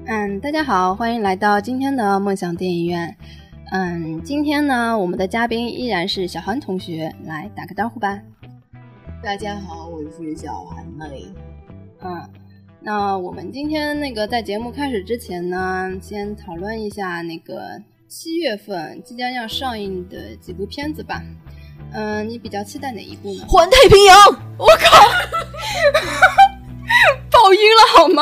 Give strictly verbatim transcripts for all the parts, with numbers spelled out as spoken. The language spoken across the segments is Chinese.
嗯，大家好，欢迎来到今天的梦想电影院。嗯，今天呢，我们的嘉宾依然是小韩同学，来打个招呼吧。 大家好，我是小韩妹。 嗯，那我们今天那个在节目开始之前呢，先讨论一下那个七月份即将要上映的几部片子吧。嗯，你比较期待哪一部呢？ 环太平洋！ 我靠，爆音了好吗？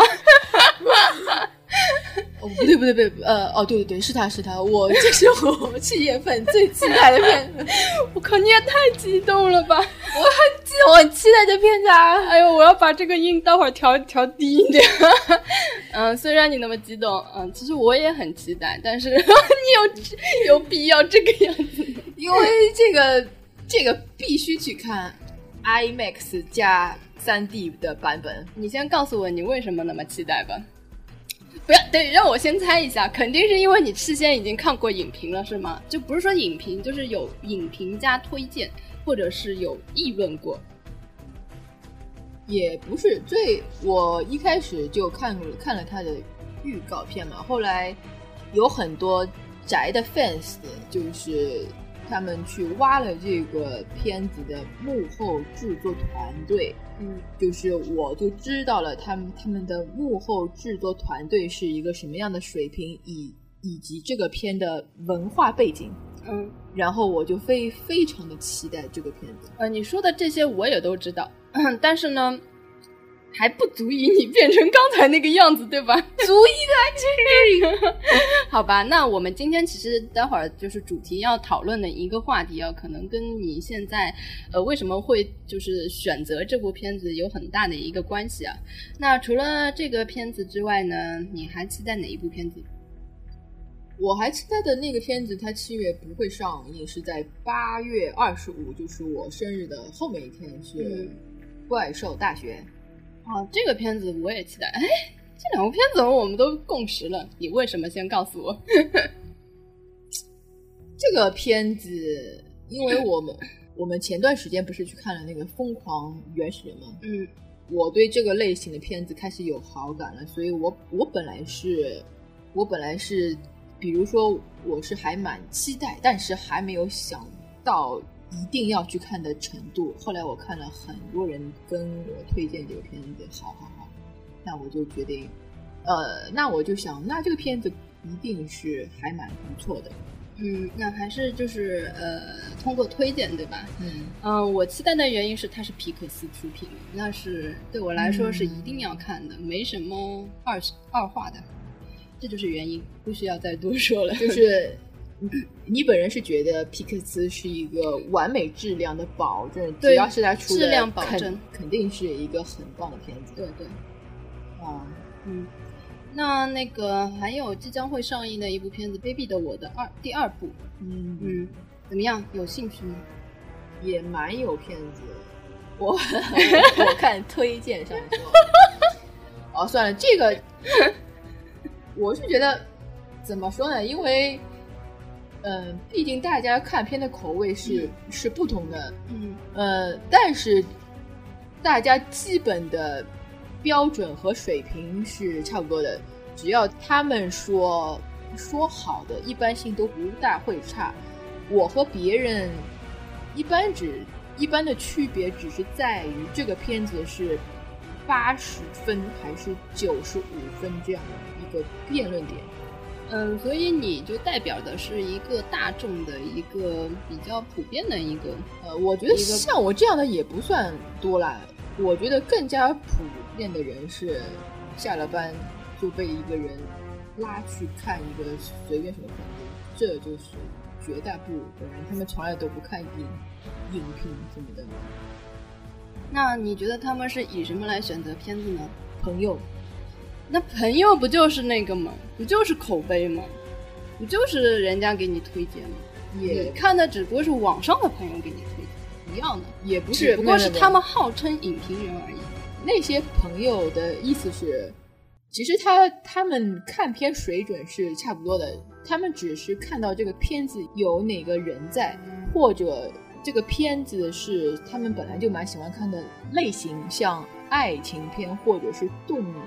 哦，不对不对不对，呃，哦对对对，是他是他，我这是我七月份最期待的片子。 我靠，你也太激动了吧！我很激我很期待的片子啊！ 哎呦，我要把这个音待会儿调调低一点。嗯，虽然你那么激动，嗯，其实我也很期待，但是你有有必要这个样子吗？ 因为这个这个必须去看 IMAX 加 三 D 的版本。 你先告诉我你为什么那么期待吧。不要，对，让我先猜一下，肯定是因为你事先已经看过影评了是吗？就不是说影评，就是有影评加推荐，或者是有议论过。 也不是，最我一开始就看了看了他的预告片嘛，后来有很多宅的 fans 就是他们去挖了这个片子的幕后制作团队，嗯，就是我就知道了他们他们的幕后制作团队是一个什么样的水平，以以及这个片的文化背景，嗯，然后我就非非常的期待这个片子。 呃，你说的这些我也都知道，但是呢，还不足以你变成刚才那个样子，对吧？ 足以的，这好吧，那我们今天其实待会儿就是主题要讨论的一个话题啊，可能跟你现在呃为什么会就是选择这部片子有很大的一个关系啊。那除了这个片子之外呢，你还期待哪一部片子？ 我还期待的那个片子，它七月不会上映，是在八月二十五，就是我生日的后面一天，是怪兽大学。 哦，这个片子我也期待。哎，这两部片子我们都共识了，你为什么先告诉我？ 这个片子，因为我们我们前段时间不是去看了那个《疯狂原始人》吗？嗯，我对这个类型的片子开始有好感了，所以我我本来是，我本来是，比如说我是还蛮期待，但是还没有想到一定要去看的程度。后来我看了很多人跟我推荐这个片子，好好好，那我就决定，呃，那我就想，那这个片子一定是还蛮不错的。 嗯，那还是就是呃，通过推荐对吧？嗯嗯、呃，我期待的原因是它是皮克斯出品，那是对我来说是一定要看的，嗯、没什么二二话的，这就是原因，不需要再多说了。 就是你本人是觉得皮克斯是一个完美质量的保证，只要是他出的质量保证， 肯定是一个很棒的片子。 对对，啊，嗯。那那个还有即将会上映的一部片子《卑鄙的我》的二第二部，嗯嗯，怎么样？有兴趣吗？ 也蛮有片子，我我, 我看推荐上说，哦，算了，这个我是觉得怎么说呢？因为嗯、呃，毕竟大家看片的口味是、嗯、是不同的，嗯呃，但是大家基本的标准和水平是差不多的，只要他们说说好的，一般性都不大会差。我和别人一般只一般的区别只是在于这个片子是八十分还是九十五分这样的一个辩论点。 嗯，所以你就代表的是一个大众的一个比较普遍的一个呃，我觉得像我这样的也不算多啦。我觉得更加普遍的人是下了班就被一个人拉去看一个随便什么片子，这就是绝大部分人，他们从来都不看影影评什么的。 那你觉得他们是以什么来选择片子呢？ 朋友。 那朋友不就是那个吗？不就是口碑吗？不就是人家给你推荐吗？也你看的只不过是网上的朋友给你推荐。一样的， 也不是， 只不过是他们号称影评人而已。 那些朋友的意思是，其实他他们看片水准是差不多的，他们只是看到这个片子有哪个人在，或者这个片子是他们本来就蛮喜欢看的类型，像爱情片或者是动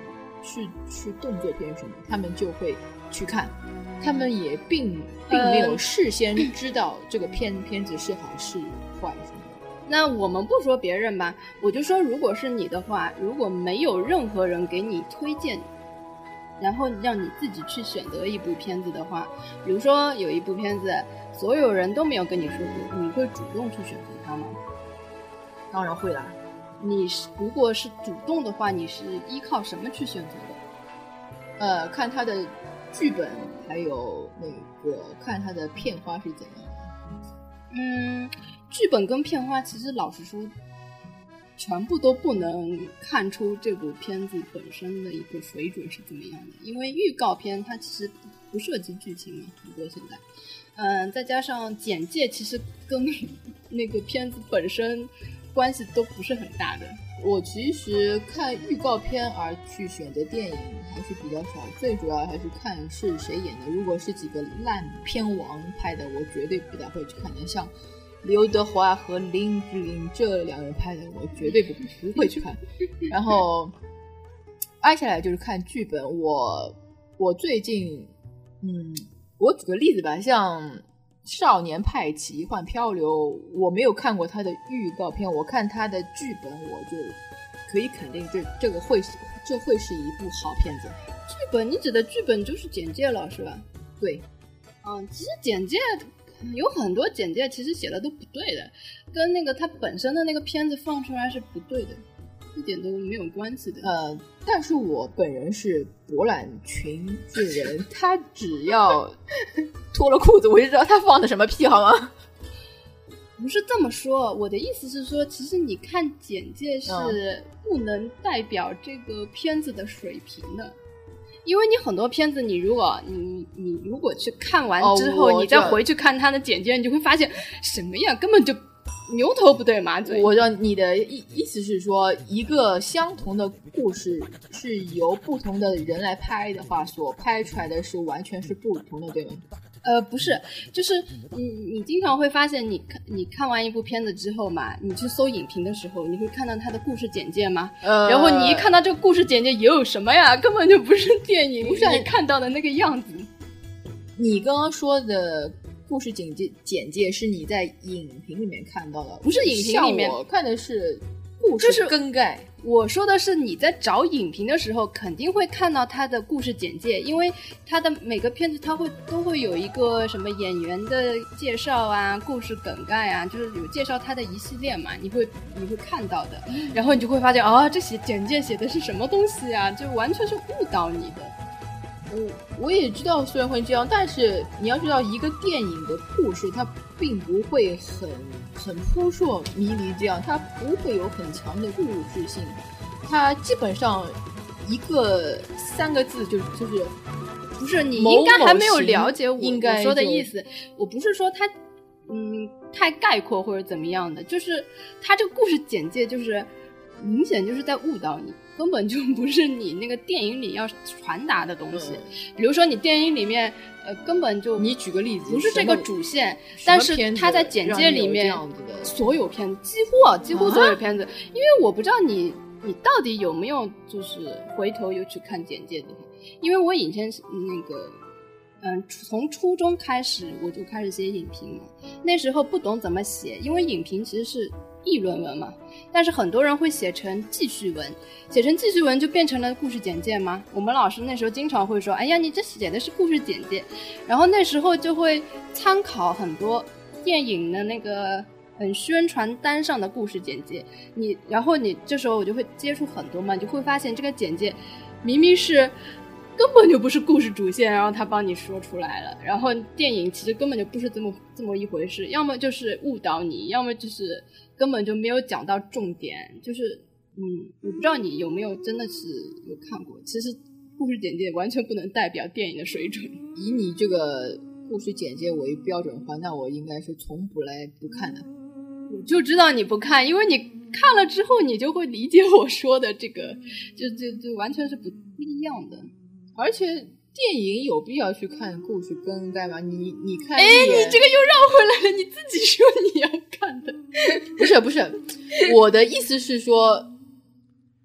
是是动作片什么，他们就会去看，他们也并并没有事先知道这个片、呃、片子是好是坏什么的。 那我们不说别人吧，我就说如果是你的话，如果没有任何人给你推荐，然后让你自己去选择一部片子的话，比如说有一部片子所有人都没有跟你说过，你会主动去选择它吗？ 当然会啦。 你是如果是主动的话，你是依靠什么去选择的？ 呃，看它的剧本，还有那个看它的片花是怎样的。 嗯，剧本跟片花其实老实说全部都不能看出这部片子本身的一个水准是怎么样的，因为预告片它其实不涉及剧情嘛，很多现在嗯，再加上简介其实跟那个片子本身关系都不是很大的。 我其实看预告片而去选择电影还是比较少，最主要还是看是谁演的。如果是几个烂片王拍的，我绝对不大会去看的，像刘德华和林志玲这两人拍的，我绝对不不会去看。然后挨下来就是看剧本。我我最近嗯，我举个例子吧，像少年派奇幻漂流，我没有看过他的预告片，我看他的剧本，我就可以肯定这这个会这会是一部好片子。 剧本，你指的剧本就是简介了是吧？ 对。 嗯，其实简介有很多简介其实写的都不对的，跟那个他本身的那个片子放出来是不对的，一点都没有关系的。 呃，但是我本人是博览群之人，他只要脱了裤子，我就知道他放的什么屁，好吗？ 不是这么说，我的意思是说，其实你看简介是不能代表这个片子的水平的。嗯，因为你很多片子，你如果你你如果去看完之后，哦，你再回去看它的简介，你就会发现什么呀，根本就牛头不对马嘴。 我知道你的意意思是说，一个相同的故事是由不同的人来拍的话，所拍出来的是完全是不同的，对吗？ 呃，不是，就是你你经常会发现你看你看完一部片子之后嘛，你去搜影评的时候，你会看到它的故事简介吗？呃，然后你一看到这个故事简介有什么呀？根本就不是电影，不是你看到的那个样子。 你刚刚说的故事简介简介是你在影评里面看到的， 不是影评里面， 我看的是故事更概。 我说的是你在找影评的时候肯定会看到它的故事简介，因为它的每个片子它会都会有一个什么演员的介绍啊，故事梗概啊，就是有介绍它的一系列嘛，你会你会看到的，然后你就会发现啊，这写简介写的是什么东西啊，就完全是误导你的。 我我也知道虽然会这样，但是你要知道一个电影的故事它并不会很很扑朔迷离这样，它不会有很强的故事性，它基本上一个三个字就就是不是，你应该还没有了解我应该我说的意思，我不是说它嗯太概括或者怎么样的，就是它这个故事简介就是明显就是在误导你，根本就不是你那个电影里要传达的东西。嗯、比如说你电影里面，呃，根本就你举个例子， 不是这个主线，但是它在简介里面所有片子几乎几乎所有片子，啊、因为我不知道你你到底有没有就是回头又去看简介的，因为我以前是那个。嗯，从初中开始我就开始写影评了，那时候不懂怎么写，因为影评其实是议论文嘛，但是很多人会写成记叙文，写成记叙文就变成了故事简介吗？我们老师那时候经常会说，哎呀，你这写的是故事简介，然后那时候就会参考很多电影的那个嗯宣传单上的故事简介，你然后你这时候我就会接触很多嘛，你就会发现这个简介明明是根本就不是故事主线，然后他帮你说出来了，然后电影其实根本就不是这么这么一回事，要么就是误导你，要么就是根本就没有讲到重点，就是嗯，我不知道你有没有真的是有看过，其实故事简介完全不能代表电影的水准。 以你这个故事简介为标准的话，那我应该是从不来不看的。 我就知道你不看，因为你看了之后你就会理解我说的这个，就就就完全是不不一样的。 而且电影有必要去看故事更概吗？你你看， 哎，你这个又绕回来了，你自己说你要看的。 不是不是，我的意思是说，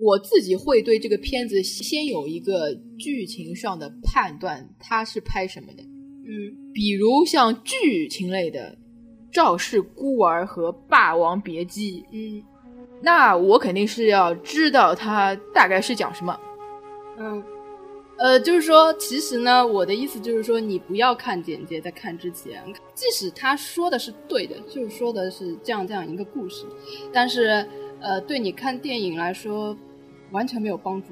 我自己会对这个片子先有一个剧情上的判断，它是拍什么的。 嗯， 比如像剧情类的《赵氏孤儿》和《霸王别姬》， 嗯， 那我肯定是要知道它大概是讲什么。 嗯，呃，就是说，其实呢，我的意思就是说，你不要看简介，在看之前，即使他说的是对的，就是说的是这样这样一个故事，但是，呃，对你看电影来说，完全没有帮助。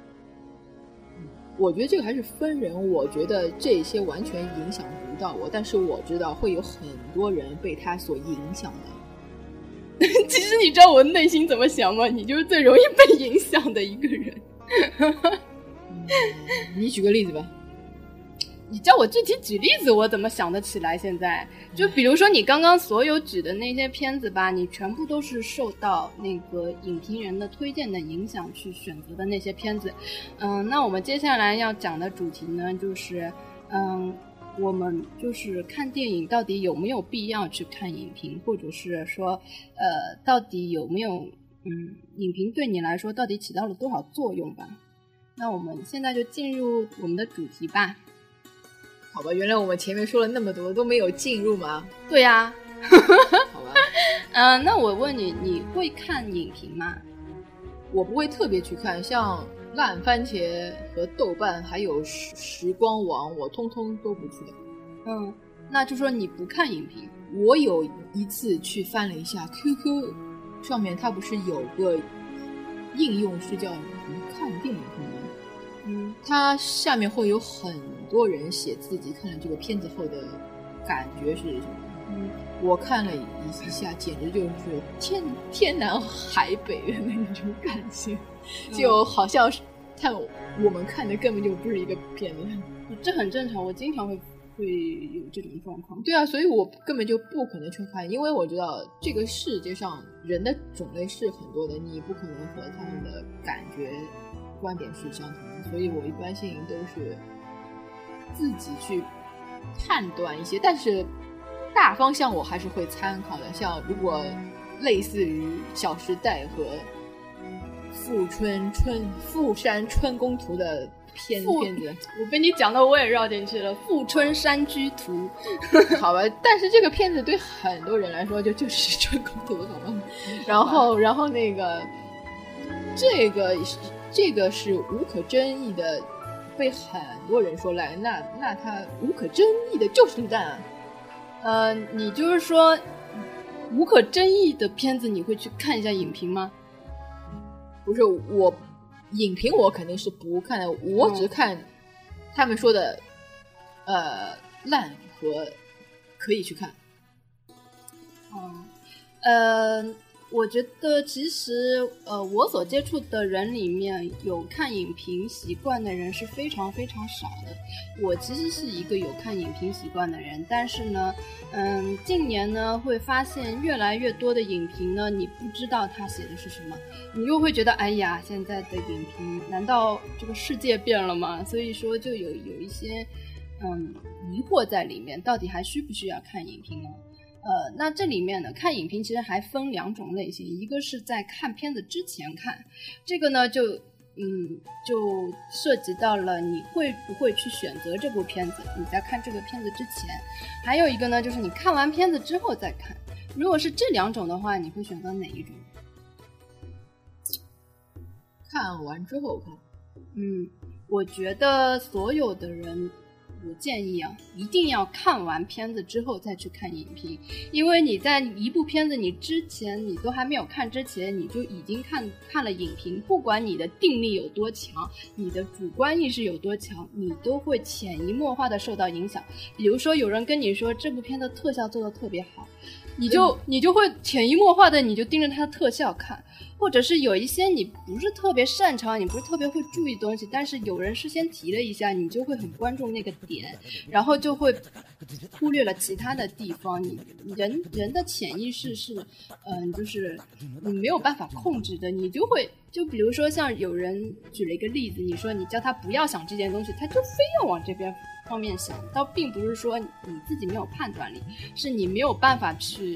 我觉得这个还是分人，我觉得这些完全影响不到我，但是我知道会有很多人被他所影响的。 其实你知道我内心怎么想吗？你就是最容易被影响的一个人。 嗯、你举个例子吧。 你叫我具体举例子，我怎么想得起来？现在就比如说你刚刚所有举的那些片子吧，你全部都是受到那个影评人的推荐的影响去选择的那些片子。嗯，那我们接下来要讲的主题呢，就是嗯，我们就是看电影到底有没有必要去看影评，或者是说呃，到底有没有嗯，影评对你来说到底起到了多少作用吧？那我们现在就进入我们的主题吧。 好吧，原来我们前面说了那么多都没有进入吗？ 对呀、啊。 好吧。 嗯、呃，那我问你，你会看影评吗？ 我不会特别去看，像烂番茄和豆瓣还有时光网，我通通都不去的。 嗯，那就说你不看影评。 我有一次去翻了一下 Q Q 上面，它不是有个应用是叫看电影吗？ 嗯， 它下面会有很多人写自己看了这个片子后的感觉是什么。 嗯， 我看了一下，简直就是天天南海北的那种感觉， 嗯、 就好像是看我们看的根本就不是一个片子。 这很正常，我经常会会有这种状况。 对啊，所以我根本就不可能去看，因为我知道这个世界上人的种类是很多的，你不可能和他们的感觉观点是相同的，所以我一般性都是自己去判断一些，但是大方向我还是会参考的。像如果类似于《小时代》和富春春富山春宫图的片片子， 我被你讲的我也绕进去了。富春山居图， 好吧，但是这个片子对很多人来说就就是春宫图，好吗？然后然后那个这个这个是无可争议的，被很多人说来，那那它无可争议的就是蛋啊。 呃，你就是说无可争议的片子你会去看一下影评吗？ 不是，我影评我肯定是不看的，我只看他们说的、嗯、呃烂和可以去看。 嗯，呃我觉得其实呃我所接触的人里面有看影评习惯的人是非常非常少的。我其实是一个有看影评习惯的人，但是呢嗯近年呢会发现越来越多的影评呢，你不知道他写的是什么，你又会觉得哎呀现在的影评难道这个世界变了吗？所以说就有有一些嗯疑惑在里面，到底还需不需要看影评呢？呃，那这里面呢，看影评其实还分两种类型，一个是在看片子之前看，这个呢就嗯就涉及到了你会不会去选择这部片子，你在看这个片子之前，还有一个呢就是你看完片子之后再看。如果是这两种的话，你会选择哪一种？ 看完之后看。 嗯，我觉得所有的人。我建议啊，一定要看完片子之后再去看影评，因为你在一部片子你之前你都还没有看之前，你就已经看看了影评，不管你的定力有多强，你的主观意识有多强，你都会潜移默化的受到影响。比如说有人跟你说这部片的特效做得特别好，你就、嗯、你就会潜移默化的你就盯着它的特效看，或者是有一些你不是特别擅长，你不是特别会注意东西，但是有人事先提了一下，你就会很关注那个点，然后就会忽略了其他的地方。你人人的潜意识是嗯、呃，就是你没有办法控制的，你就会就比如说像有人举了一个例子，你说你叫他不要想这件东西，他就非要往这边方面想，倒并不是说你自己没有判断力，是你没有办法去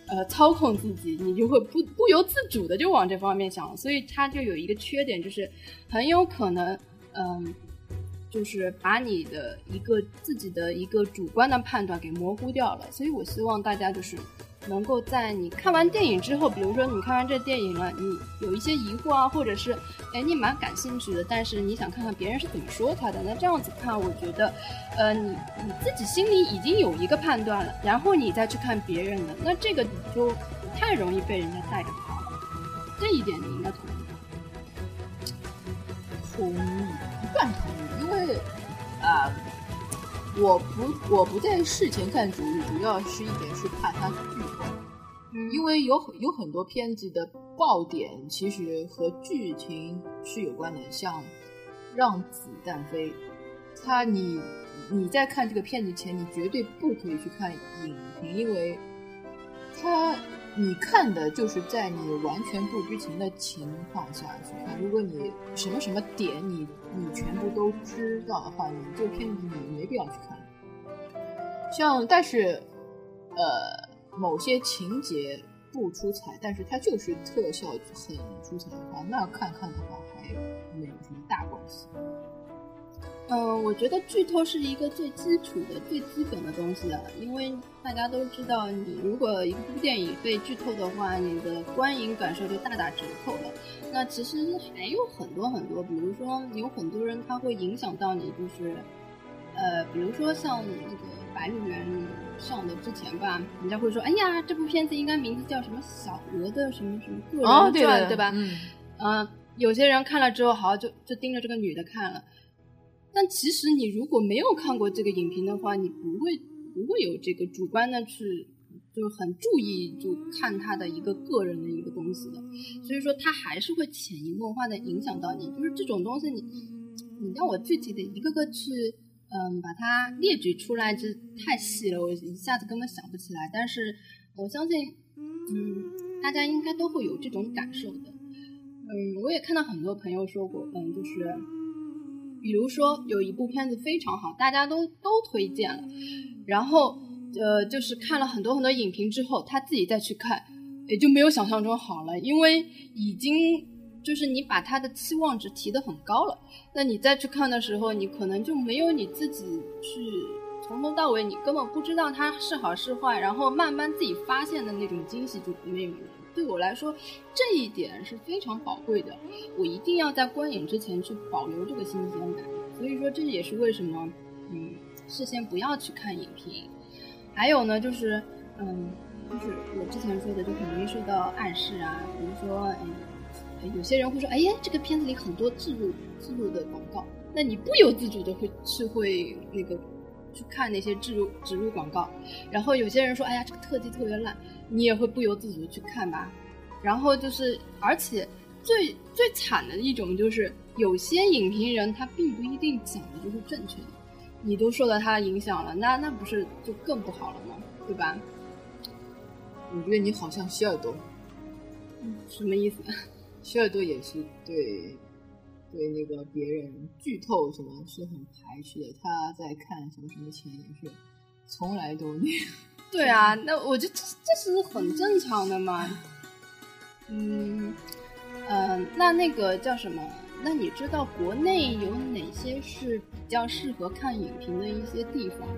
呃操控自己，你就会不不由自主的就往这方面想，所以它就有一个缺点，就是很有可能嗯。就是把你的一个自己的一个主观的判断给模糊掉了，所以我希望大家就是能够在你看完电影之后，比如说你看完这电影了，你有一些疑惑啊，或者是哎你蛮感兴趣的，但是你想看看别人是怎么说他的，那这样子看，我觉得呃你你自己心里已经有一个判断了，然后你再去看别人的，那这个你就不太容易被人家带着跑了，这一点你应该同意。 同意，一半同意。因为啊、呃，我不我不在事前看主主要是一点是怕它剧透，嗯，因为有有很多片子的爆点其实和剧情是有关的，像《让子弹飞》，它你你在看这个片子前，你绝对不可以去看影评，因为它你看的就是在你完全不知情的情况下去看，如果你什么什么点你你全部都知道的话，你这个片子你没必要去看。像但是呃某些情节不出彩，但是它就是特效很出彩的话，那看看的话还没有什么大关系。 嗯、呃，我觉得剧透是一个最基础的、最基本的东西啊，因为大家都知道，你如果一部电影被剧透的话，你的观影感受就大打折扣了。那其实还有很多很多，比如说有很多人他会影响到你，就是呃，比如说像那个《白鹿原》上的之前吧，人家会说，哎呀，这部片子应该名字叫什么小鹅的什么什么个人传， 哦、对, 对, 对吧？嗯，呃，有些人看了之后，好就就盯着这个女的看了。但其实你如果没有看过这个影评的话，你不会不会有这个主观的去就很注意就看他的一个个人的一个东西的，所以说他还是会潜移默化的影响到你。就是这种东西你你让我具体的一个个去嗯把它列举出来，这太细了，我一下子根本想不起来。但是我相信嗯大家应该都会有这种感受的。嗯，我也看到很多朋友说过，嗯，就是比如说有一部片子非常好，大家都都推荐了，然后呃，就是看了很多很多影评之后，他自己再去看，也就没有想象中好了，因为已经就是你把他的期望值提得很高了，那你再去看的时候，你可能就没有你自己去从头到尾，你根本不知道它是好是坏，然后慢慢自己发现的那种惊喜就没有了。对我来说，这一点是非常宝贵的，我一定要在观影之前去保留这个新鲜感。所以说，这也是为什么，嗯，事先不要去看影评。还有呢，就是，嗯，就是我之前说的，就很容易受到暗示啊，比如说，嗯，有些人会说，哎呀，这个片子里很多置入置入的广告，那你不由自主的会是会那个去看那些植入植入广告。然后有些人说，哎呀，这个特技特别烂。你也会不由自主的去看吧，然后就是，而且最最惨的一种就是，有些影评人他并不一定讲的就是正确的，你都受到他影响了，那那不是就更不好了吗？对吧？ 我觉得你好像希尔多， 嗯，什么意思？ 希尔多也是对对那个别人剧透什么是很排斥的，他在看什么什么前也是从来都那样。 对啊，那我觉得这这是很正常的嘛。嗯，呃，那那个叫什么？那你知道国内有哪些是比较适合看影评的一些地方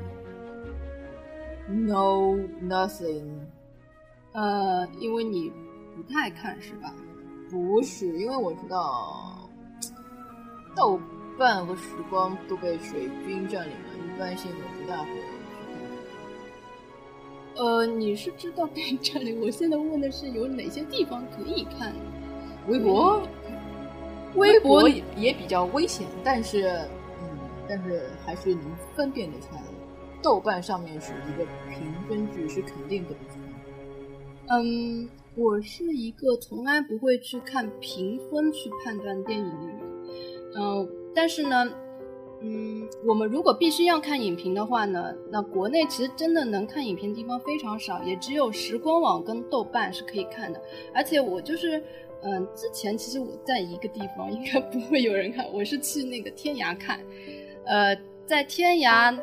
？No, nothing。 呃，因为你不太看是吧？ 不是，因为我知道豆瓣和时光都被水军占领了，一般性我不大会。 呃，你是知道被占领，我现在问的是有哪些地方可以看？ 微博，微博也比较危险，但是，嗯，但是还是能分辨得出来的。豆瓣上面是一个评分制，是肯定不能去看。嗯，我是一个从来不会去看评分去判断电影的人。嗯、呃，但是呢。嗯，我们如果必须要看影评的话呢，那国内其实真的能看影评的地方非常少，也只有时光网跟豆瓣是可以看的。而且我就是，嗯、呃，之前其实我在一个地方应该不会有人看，我是去那个天涯看，呃，在天涯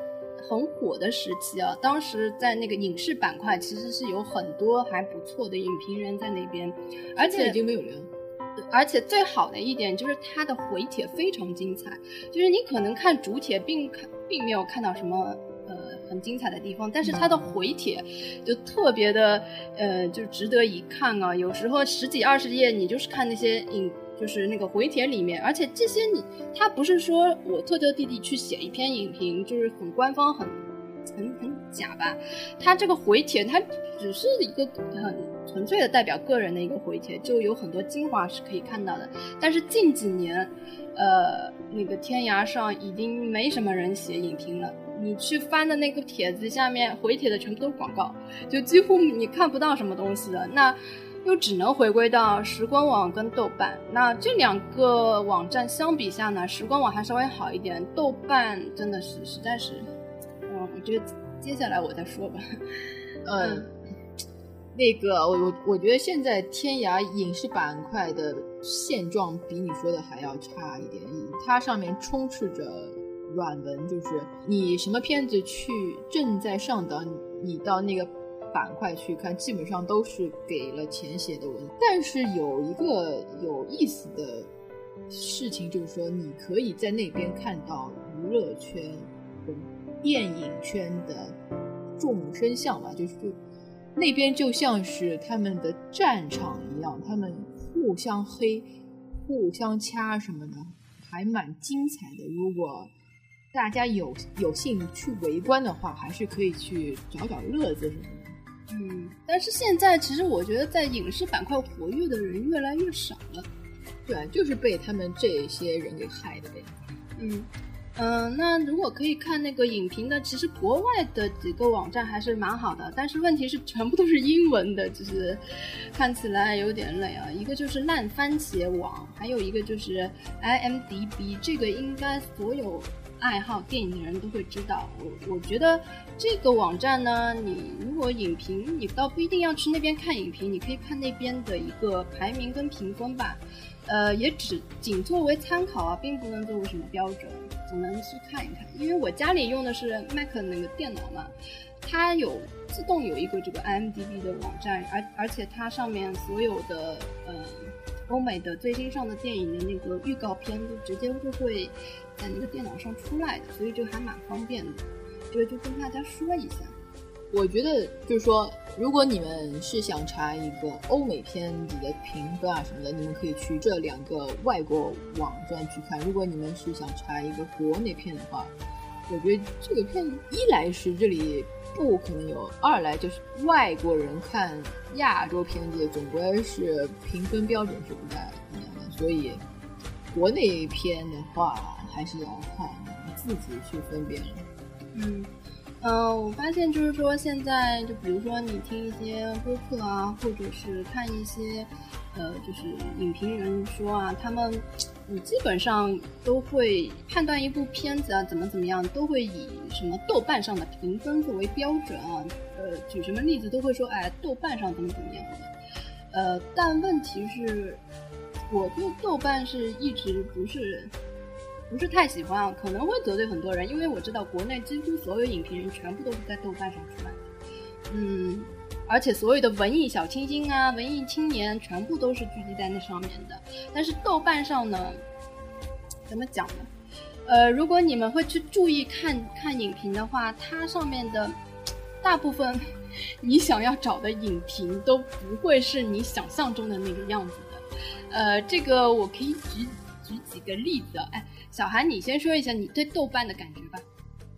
很火的时期啊，当时在那个影视板块其实是有很多还不错的影评人在那边，而且已经没有人。 而且最好的一点就是它的回帖非常精彩，就是你可能看主帖并看并没有看到什么呃很精彩的地方，但是它的回帖就特别的呃就值得一看啊。有时候十几二十页你就是看那些影就是那个回帖里面，而且这些你它不是说我特特地地去写一篇影评就是很官方很很很假吧，它这个回帖它只是一个很纯粹的代表个人的一个回帖，就有很多精华是可以看到的。但是近几年呃，那个天涯上已经没什么人写影评了，你去翻的那个帖子下面回帖的全部都是广告，就几乎你看不到什么东西了，那又只能回归到时光网跟豆瓣。那这两个网站相比下呢，时光网还稍微好一点，豆瓣真的是实在是嗯，我觉得接下来我再说吧。 嗯，嗯那个我我我觉得现在天涯影视板块的现状比你说的还要差一点，它上面充斥着软文，就是你什么片子去正在上档，你到那个板块去看，基本上都是给了钱写的文。但是有一个有意思的事情，就是说你可以在那边看到娱乐圈和电影圈的众生相吧，就是就那边就像是他们的战场一样，他们互相黑互相掐什么的，还蛮精彩的。如果大家有有幸去围观的话，还是可以去找找乐子什么的。 嗯，但是现在其实我觉得在影视板块活跃的人越来越少了。 对，就是被他们这些人给害的呗。 嗯嗯、呃，那如果可以看那个影评的，其实国外的几个网站还是蛮好的，但是问题是全部都是英文的，就是看起来有点累啊。一个就是烂番茄网，还有一个就是 I M D B， 这个应该所有爱好电影的人都会知道。我我觉得这个网站呢，你如果影评，你倒不一定要去那边看影评，你可以看那边的一个排名跟评分吧。呃，也只仅作为参考啊，并不能作为什么标准，只能去看一看。因为我家里用的是 Mac 那个电脑嘛，它有自动有一个这个 I M D B 的网站，而而且它上面所有的呃欧美的最新上的电影的那个预告片都直接就会在那个电脑上出来的，所以这个还蛮方便的。这个就跟大家说一下。 我觉得就是说，如果你们是想查一个欧美片子的评分啊什么的，你们可以去这两个外国网站去看。如果你们是想查一个国内片的话，我觉得这个片一来是这里不可能有，二来就是外国人看亚洲片子总归是评分标准是不太一样的，所以国内片的话还是要看自己去分辨了。 嗯呃，我发现就是说现在就比如说你听一些播客啊，或者是看一些呃就是影评人说啊，他们你基本上都会判断一部片子啊怎么怎么样，都会以什么豆瓣上的评分作为标准啊，呃举什么例子都会说哎豆瓣上怎么怎么样的。呃但问题是我对豆瓣是一直不是不是太喜欢啊，可能会得罪很多人，因为我知道国内几乎所有影评人全部都是在豆瓣上出来的，嗯，而且所有的文艺小清新啊、文艺青年全部都是聚集在那上面的。但是豆瓣上呢，怎么讲呢？呃，如果你们会去注意看看影评的话，它上面的大部分你想要找的影评都不会是你想象中的那个样子的。呃，这个我可以举举几个例子啊，哎。小韩，你先说一下你对豆瓣的感觉吧。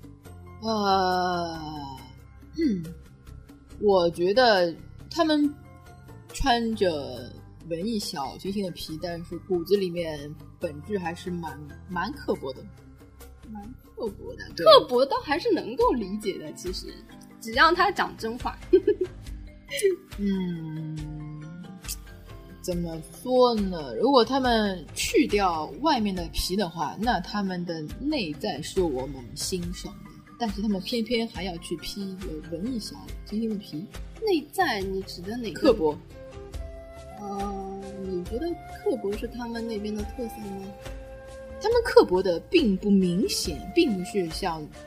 呃，嗯，我觉得他们穿着文艺小清新的皮，但是骨子里面本质还是蛮蛮刻薄的， 蛮刻薄的。刻薄倒还是能够理解的，其实只让他讲真话。 嗯。怎么说呢？如果他们去掉外面的皮的话，那他们的内在是我们欣赏的，但是他们偏偏还要去披一个文艺小清新的皮。 内在你指的哪个？ 刻薄。 呃，你觉得刻薄是他们那边的特色吗？ 他们刻薄的并不明显，并不是像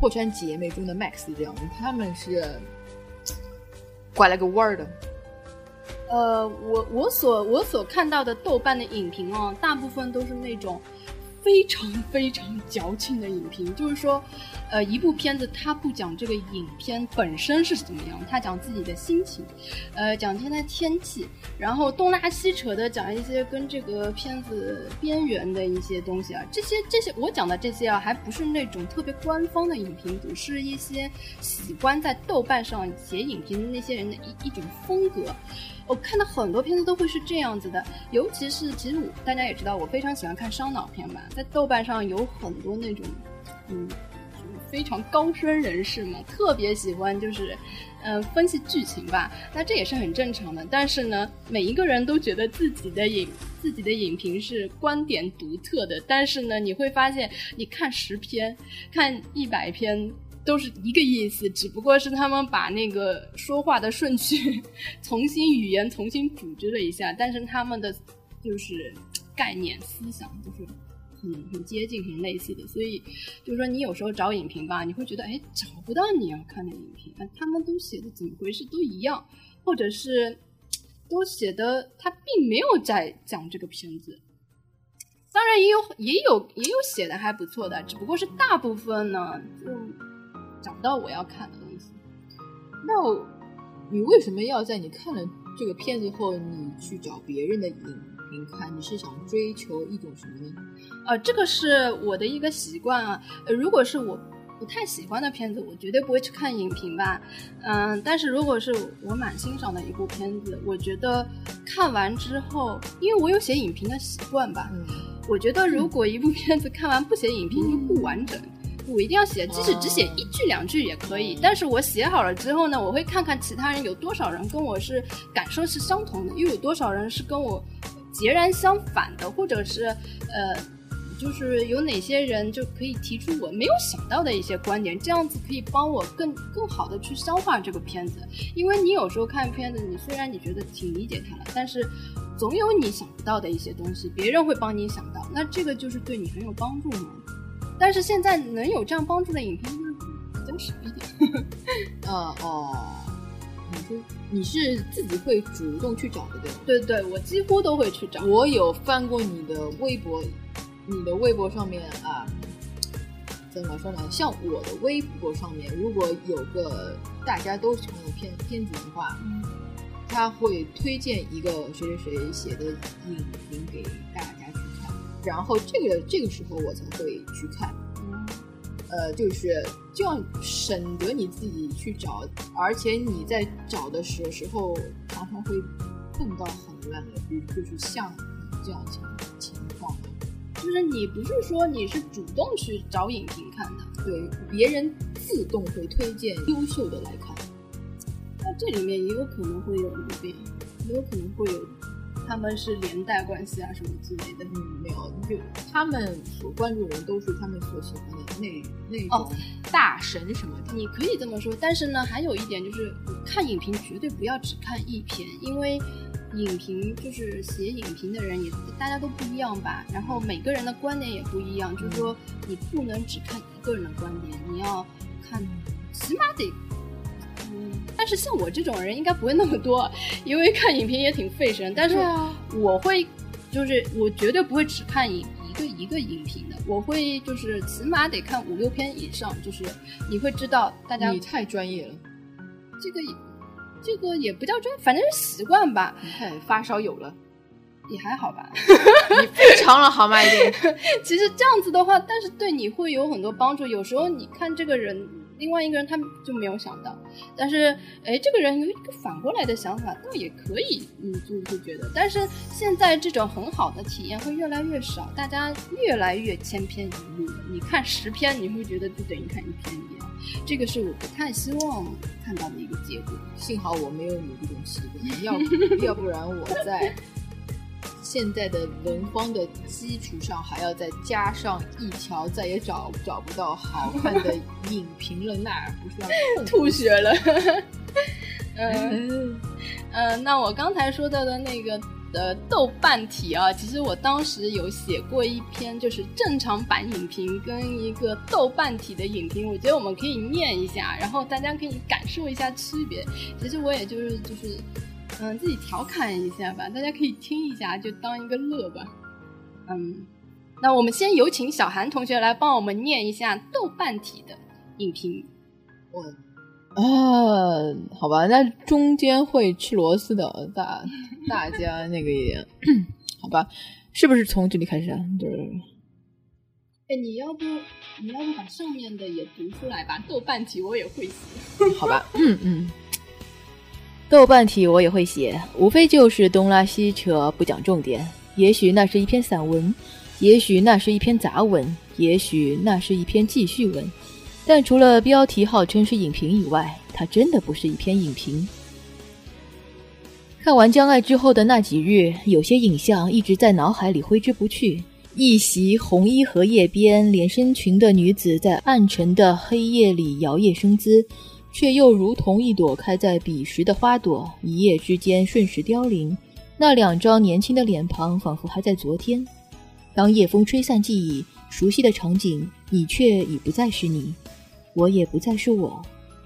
破产姐妹中的 Max 这样，他们是拐了个弯儿的。 呃，我我所我所看到的豆瓣的影评哦，大部分都是那种非常非常矫情的影评，就是说，呃，一部片子它不讲这个影片本身是怎么样，它讲自己的心情，呃，讲现在天气，然后东拉西扯的讲一些跟这个片子边缘的一些东西啊，这些这些我讲的这些啊，还不是那种特别官方的影评，只是一些喜欢在豆瓣上写影评的那些人的一一种风格。我看到很多片子都会是这样子的，尤其是其实我大家也知道，我非常喜欢看烧脑片吧，在豆瓣上有很多那种，嗯，就是非常高深人士嘛，特别喜欢就是，呃，分析剧情吧。那这也是很正常的。但是呢，每一个人都觉得自己的影自己的影评是观点独特的，但是呢，你会发现，你看十篇，看一百篇。都是一个意思，只不过是他们把那个说话的顺序重新语言重新组织了一下，但是他们的就是概念思想都是很很接近很类似的，所以就是说你有时候找影评吧，你会觉得哎找不到你要看的影评，他们都写的怎么回事都一样，或者是都写的他并没有在讲这个片子。当然也有也有也有写的还不错的，只不过是大部分呢就找不到我要看的东西。 那我你为什么要在你看了这个片子后，你去找别人的影评看？你是想追求一种什么呢？ 呃，这个是我的一个习惯啊。呃，如果是我不太喜欢的片子，我绝对不会去看影评吧。嗯、呃，但是如果是我蛮欣赏的一部片子，我觉得看完之后，因为我有写影评的习惯吧，嗯、我觉得如果一部片子看完不写影评就不完整。嗯，我一定要写，即使只写一句两句也可以，但是我写好了之后呢，我会看看其他人有多少人跟我是感受是相同的，又有多少人是跟我截然相反的，或者是呃就是有哪些人就可以提出我没有想到的一些观点，这样子可以帮我更更好的去消化这个片子。因为你有时候看片子，你虽然你觉得挺理解它了，但是总有你想不到的一些东西，别人会帮你想到，那这个就是对你很有帮助嘛。但是现在能有这样帮助的影片就是比较少一点。 呃哦，你说你是自己会主动去找的对吗？ 对对，我几乎都会去找。 我有翻过你的微博，你的微博上面啊，怎么说呢？像我的微博上面，如果有个大家都喜欢的片片子的话，嗯，他会推荐一个谁谁谁写的影评给大家去看，然后这个这个时候我才会去看。嗯，呃，就是这样省得你自己去找，而且你在找的时时候常常会碰到很烂的，比如就是像这样情情况的。 就是你不是说你是主动去找影评看的， 对，别人自动会推荐优秀的来看。 那这里面也有可能会有那边，也有可能会有他们是连带关系啊什么之类的。 嗯，没有，就他们所关注的人都是他们所喜欢的那那种大神什么的。 哦，你可以这么说，但是呢，还有一点就是看影评绝对不要只看一篇，因为影评就是写影评的人也大家都不一样吧，然后每个人的观点也不一样，就是说你不能只看一个人的观点，你要看起码得嗯，但是像我这种人应该不会那么多，因为看影评也挺费神，但是我会就是我绝对不会只看一一个一个影评的，我会就是起码得看五六篇以上，就是你会知道大家。 你太专业了， 这个这个也不叫专业，反正是习惯吧。 你看发烧友了， 也还好吧。 你非常了好吗？一点。 其实这样子的话，但是对你会有很多帮助。有时候你看这个人，另外一个人他就没有想到，但是哎，这个人有一个反过来的想法，倒也可以，你就会觉得。但是现在这种很好的体验会越来越少，大家越来越千篇一律了。你看十篇，你会觉得就等于看一篇一样。这个是我不太希望看到的一个结果。 幸好我没有你这种习惯，要要不然我在现在的文荒的基础上还要再加上一条再也找找不到好看的影评了，那不是要吐血了。嗯嗯、呃，那我刚才说到的那个的豆瓣题啊，其实我当时有写过一篇就是正常版影评跟一个豆瓣题的影评，我觉得我们可以念一下，然后大家可以感受一下区别。其实我也就是就是嗯自己调侃一下吧，大家可以听一下，就当一个乐吧。嗯，那我们先有请小韩同学来帮我们念一下豆瓣题的影评。 我啊，好吧，那中间会吃螺丝的大大家那个也好吧，是不是从这里开始啊？就是哎，你要不你要不把上面的也读出来吧？豆瓣题我也会写。 好吧，嗯嗯，豆瓣题我也会写，无非就是东拉西扯，不讲重点。也许那是一篇散文，也许那是一篇杂文，也许那是一篇记叙文。但除了标题号称是影评以外，它真的不是一篇影评。看完《将爱》之后的那几日，有些影像一直在脑海里挥之不去。一袭红衣荷叶边连身裙的女子在暗沉的黑夜里摇曳生姿，却又如同一朵开在彼时的花朵，一夜之间瞬时凋零。那两张年轻的脸庞仿佛还在昨天。当夜风吹散记忆，熟悉的场景，你却已不再是你，我也不再是我。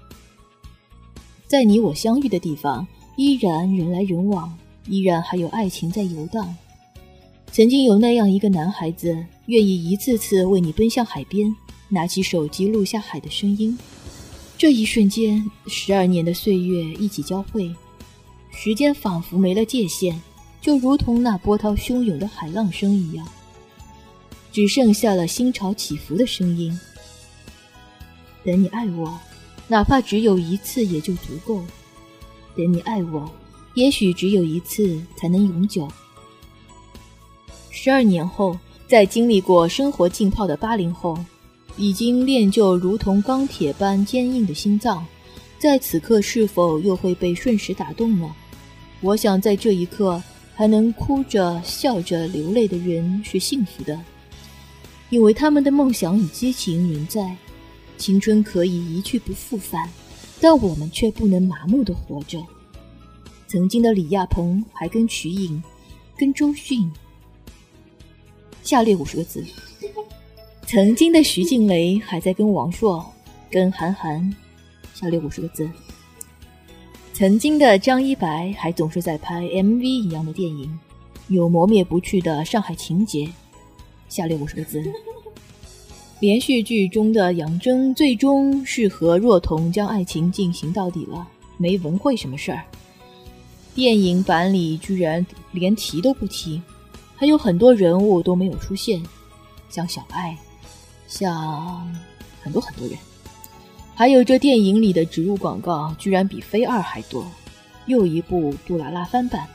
在你我相遇的地方，依然人来人往，依然还有爱情在游荡。曾经有那样一个男孩子，愿意一次次为你奔向海边，拿起手机录下海的声音。这一瞬间，十二年的岁月一起交汇，时间仿佛没了界限，就如同那波涛汹涌的海浪声一样，只剩下了心潮起伏的声音。等你爱我，哪怕只有一次也就足够。等你爱我，也许只有一次才能永久。十二年后，在经历过生活浸泡的八零后，已经练就如同钢铁般坚硬的心脏，在此刻是否又会被瞬时打动呢？我想在这一刻还能哭着笑着流泪的人是幸福的，因为他们的梦想与激情仍在。青春可以一去不复返，但我们却不能麻木地活着。曾经的李亚鹏还跟瞿颖，跟周迅，下列五十个字。曾经的徐静蕾还在跟王朔，跟韩寒，下列五十个字。曾经的张一白还总是在拍 M V 一样的电影，有磨灭不去的上海情节，下列五十个字。连续剧中的杨铮最终是和若彤将爱情进行到底了，没文慧什么事儿。电影版里居然连提都不提，还有很多人物都没有出现，像小爱，像很多很多人。还有这电影里的植入广告居然比飞二还多，又一部杜拉拉翻版。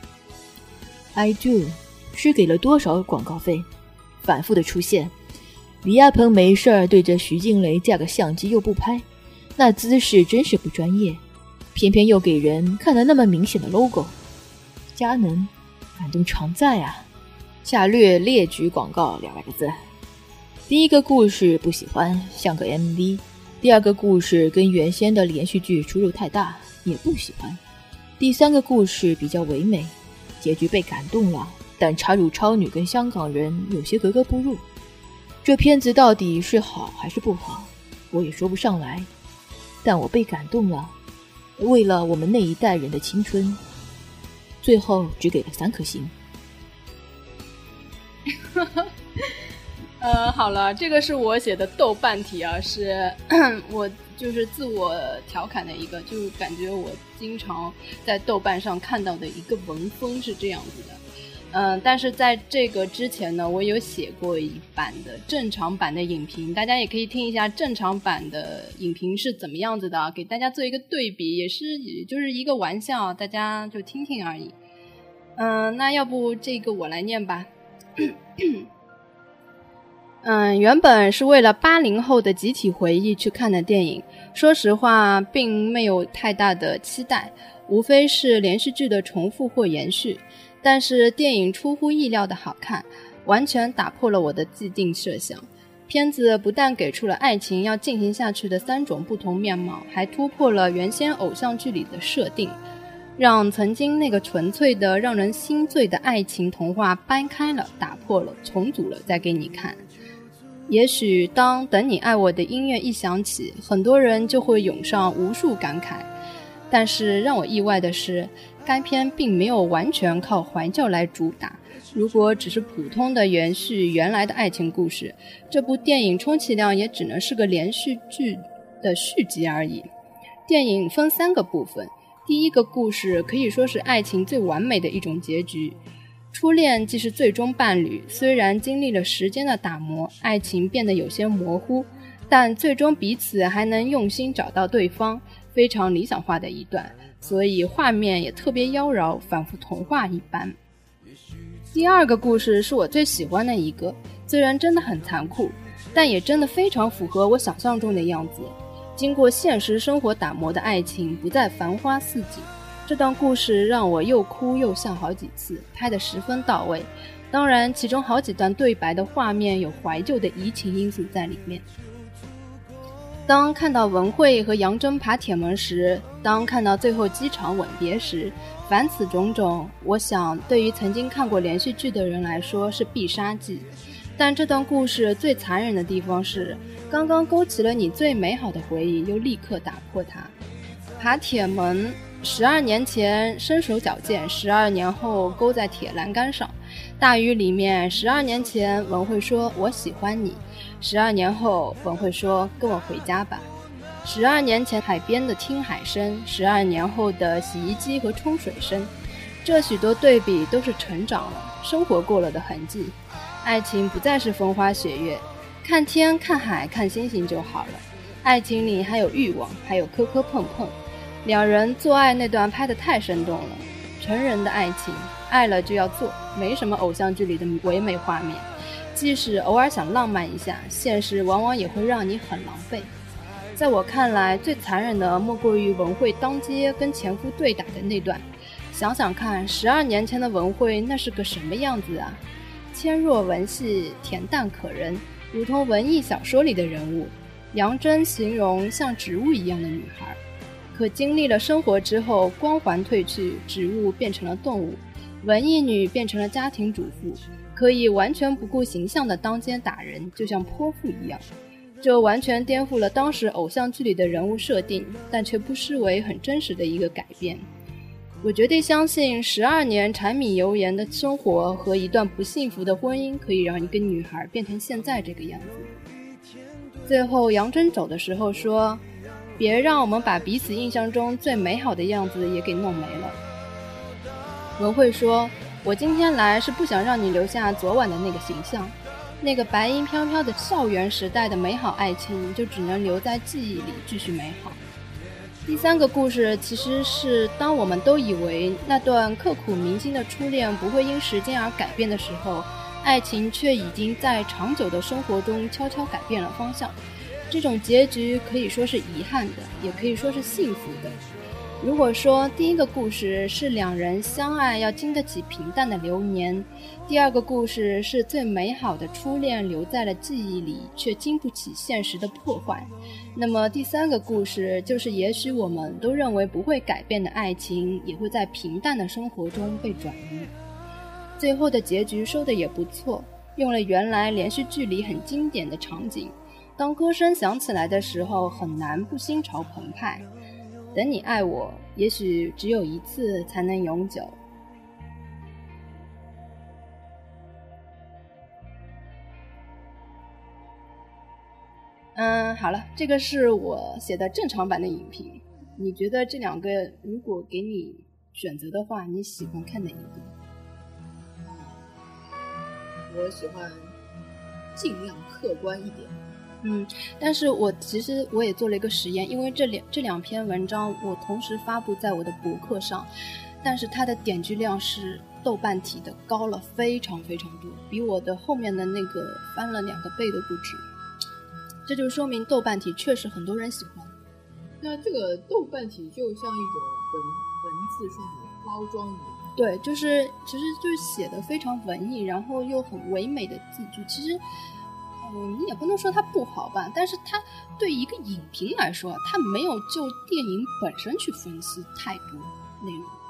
I do 是给了多少广告费，反复的出现。李亚鹏没事儿对着徐静蕾架个相机又不拍，那姿势真是不专业，偏偏又给人看了那么明显的 logo。 佳能感动常在啊。下略列举广告两百个字。第一个故事不喜欢，像个 M V。 第二个故事跟原先的连续剧出入太大，也不喜欢。第三个故事比较唯美，结局被感动了，但插入超女跟香港人有些格格不入。这片子到底是好还是不好，我也说不上来，但我被感动了，为了我们那一代人的青春。最后只给了三颗星。 呃，好了，这个是我写的豆瓣题啊，是我就是自我调侃的一个，就感觉我经常在豆瓣上看到的一个文风是这样子的。嗯、呃，但是在这个之前呢，我有写过一版的正常版的影评，大家也可以听一下正常版的影评是怎么样子的，给大家做一个对比，也是也就是一个玩笑，大家就听听而已。嗯、呃，那要不这个我来念吧。嗯，原本是为了八零后的集体回忆去看的电影，说实话并没有太大的期待，无非是连续剧的重复或延续。但是电影出乎意料的好看，完全打破了我的既定设想。片子不但给出了爱情要进行下去的三种不同面貌，还突破了原先偶像剧里的设定。 让曾经那个纯粹的让人心醉的爱情童话掰开了，打破了，重组了再给你看。也许当等你爱我的音乐一响起，很多人就会涌上无数感慨，但是让我意外的是，该片并没有完全靠怀旧来主打。如果只是普通的延续原来的爱情故事，这部电影充其量也只能是个连续剧的续集而已。电影分三个部分，第一个故事可以说是爱情最完美的一种结局。初恋既是最终伴侣，虽然经历了时间的打磨，爱情变得有些模糊，但最终彼此还能用心找到对方，非常理想化的一段，所以画面也特别妖娆，仿佛童话一般。第二个故事是我最喜欢的一个，虽然真的很残酷，但也真的非常符合我想象中的样子。经过现实生活打磨的爱情不再繁花似锦，这段故事让我又哭又笑好几次，拍得十分到位。当然其中好几段对白的画面有怀旧的移情因素在里面。当看到文慧和杨真爬铁门时，当看到最后机场吻别时，凡此种种，我想对于曾经看过连续剧的人来说是必杀技。但这段故事最残忍的地方是，刚刚勾起了你最美好的回忆，又立刻打破它。爬铁门，十二年前身手矫健，十二年后勾在铁栏杆上。大雨里面，十二年前文慧说我喜欢你，十二年后文慧说跟我回家吧。十二年前海边的听海声，十二年后的洗衣机和冲水声，这许多对比都是成长了，生活过了的痕迹。爱情不再是风花雪月，看天看海看星星就好了。爱情里还有欲望，还有磕磕碰碰。两人做爱那段拍得太生动了，成人的爱情，爱了就要做，没什么偶像剧里的唯美画面。即使偶尔想浪漫一下，现实往往也会让你很狼狈。在我看来，最残忍的莫过于文慧当街跟前夫对打的那段。想想看，十二年前的文慧那是个什么样子啊？纤弱文细，恬淡可人，如同文艺小说里的人物。杨真形容像植物一样的女孩，可经历了生活之后，光环褪去，植物变成了动物，文艺女变成了家庭主妇，可以完全不顾形象的当街打人，就像泼妇一样。这完全颠覆了当时偶像剧里的人物设定，但却不失为很真实的一个改变。我绝对相信十二年柴米油盐的生活和一段不幸福的婚姻可以让一个女孩变成现在这个样子。最后杨真走的时候说，别让我们把彼此印象中最美好的样子也给弄没了。文慧说，我今天来是不想让你留下昨晚的那个形象，那个白衣飘飘的校园时代的美好爱情就只能留在记忆里继续美好。第三个故事其实是当我们都以为那段刻骨铭心的初恋不会因时间而改变的时候，爱情却已经在长久的生活中悄悄改变了方向。这种结局可以说是遗憾的，也可以说是幸福的。如果说第一个故事是两人相爱要经得起平淡的流年，第二个故事是最美好的初恋留在了记忆里，却经不起现实的破坏，那么第三个故事就是也许我们都认为不会改变的爱情，也会在平淡的生活中被转移。最后的结局收得也不错，用了原来连续剧里很经典的场景，当歌声响起来的时候，很难不心潮澎湃。等你爱我，也许只有一次才能永久。嗯，好了，这个是我写的正常版的影评。你觉得这两个如果给你选择的话，你喜欢看哪一个？ 我喜欢尽量客观一点。 嗯，但是我其实我也做了一个实验，因为这两这两篇文章我同时发布在我的博客上，但是它的点击量是豆瓣体的高了非常非常多，比我的后面的那个翻了两个倍都不止。这就说明豆瓣体确实很多人喜欢。 那这个豆瓣体就像一种文文字上的包装一样。 对，就是其实就是写的非常文艺，然后又很唯美的字句。其实嗯，你也不能说它不好吧，但是它对一个影评来说，它没有就电影本身去分析太多内容。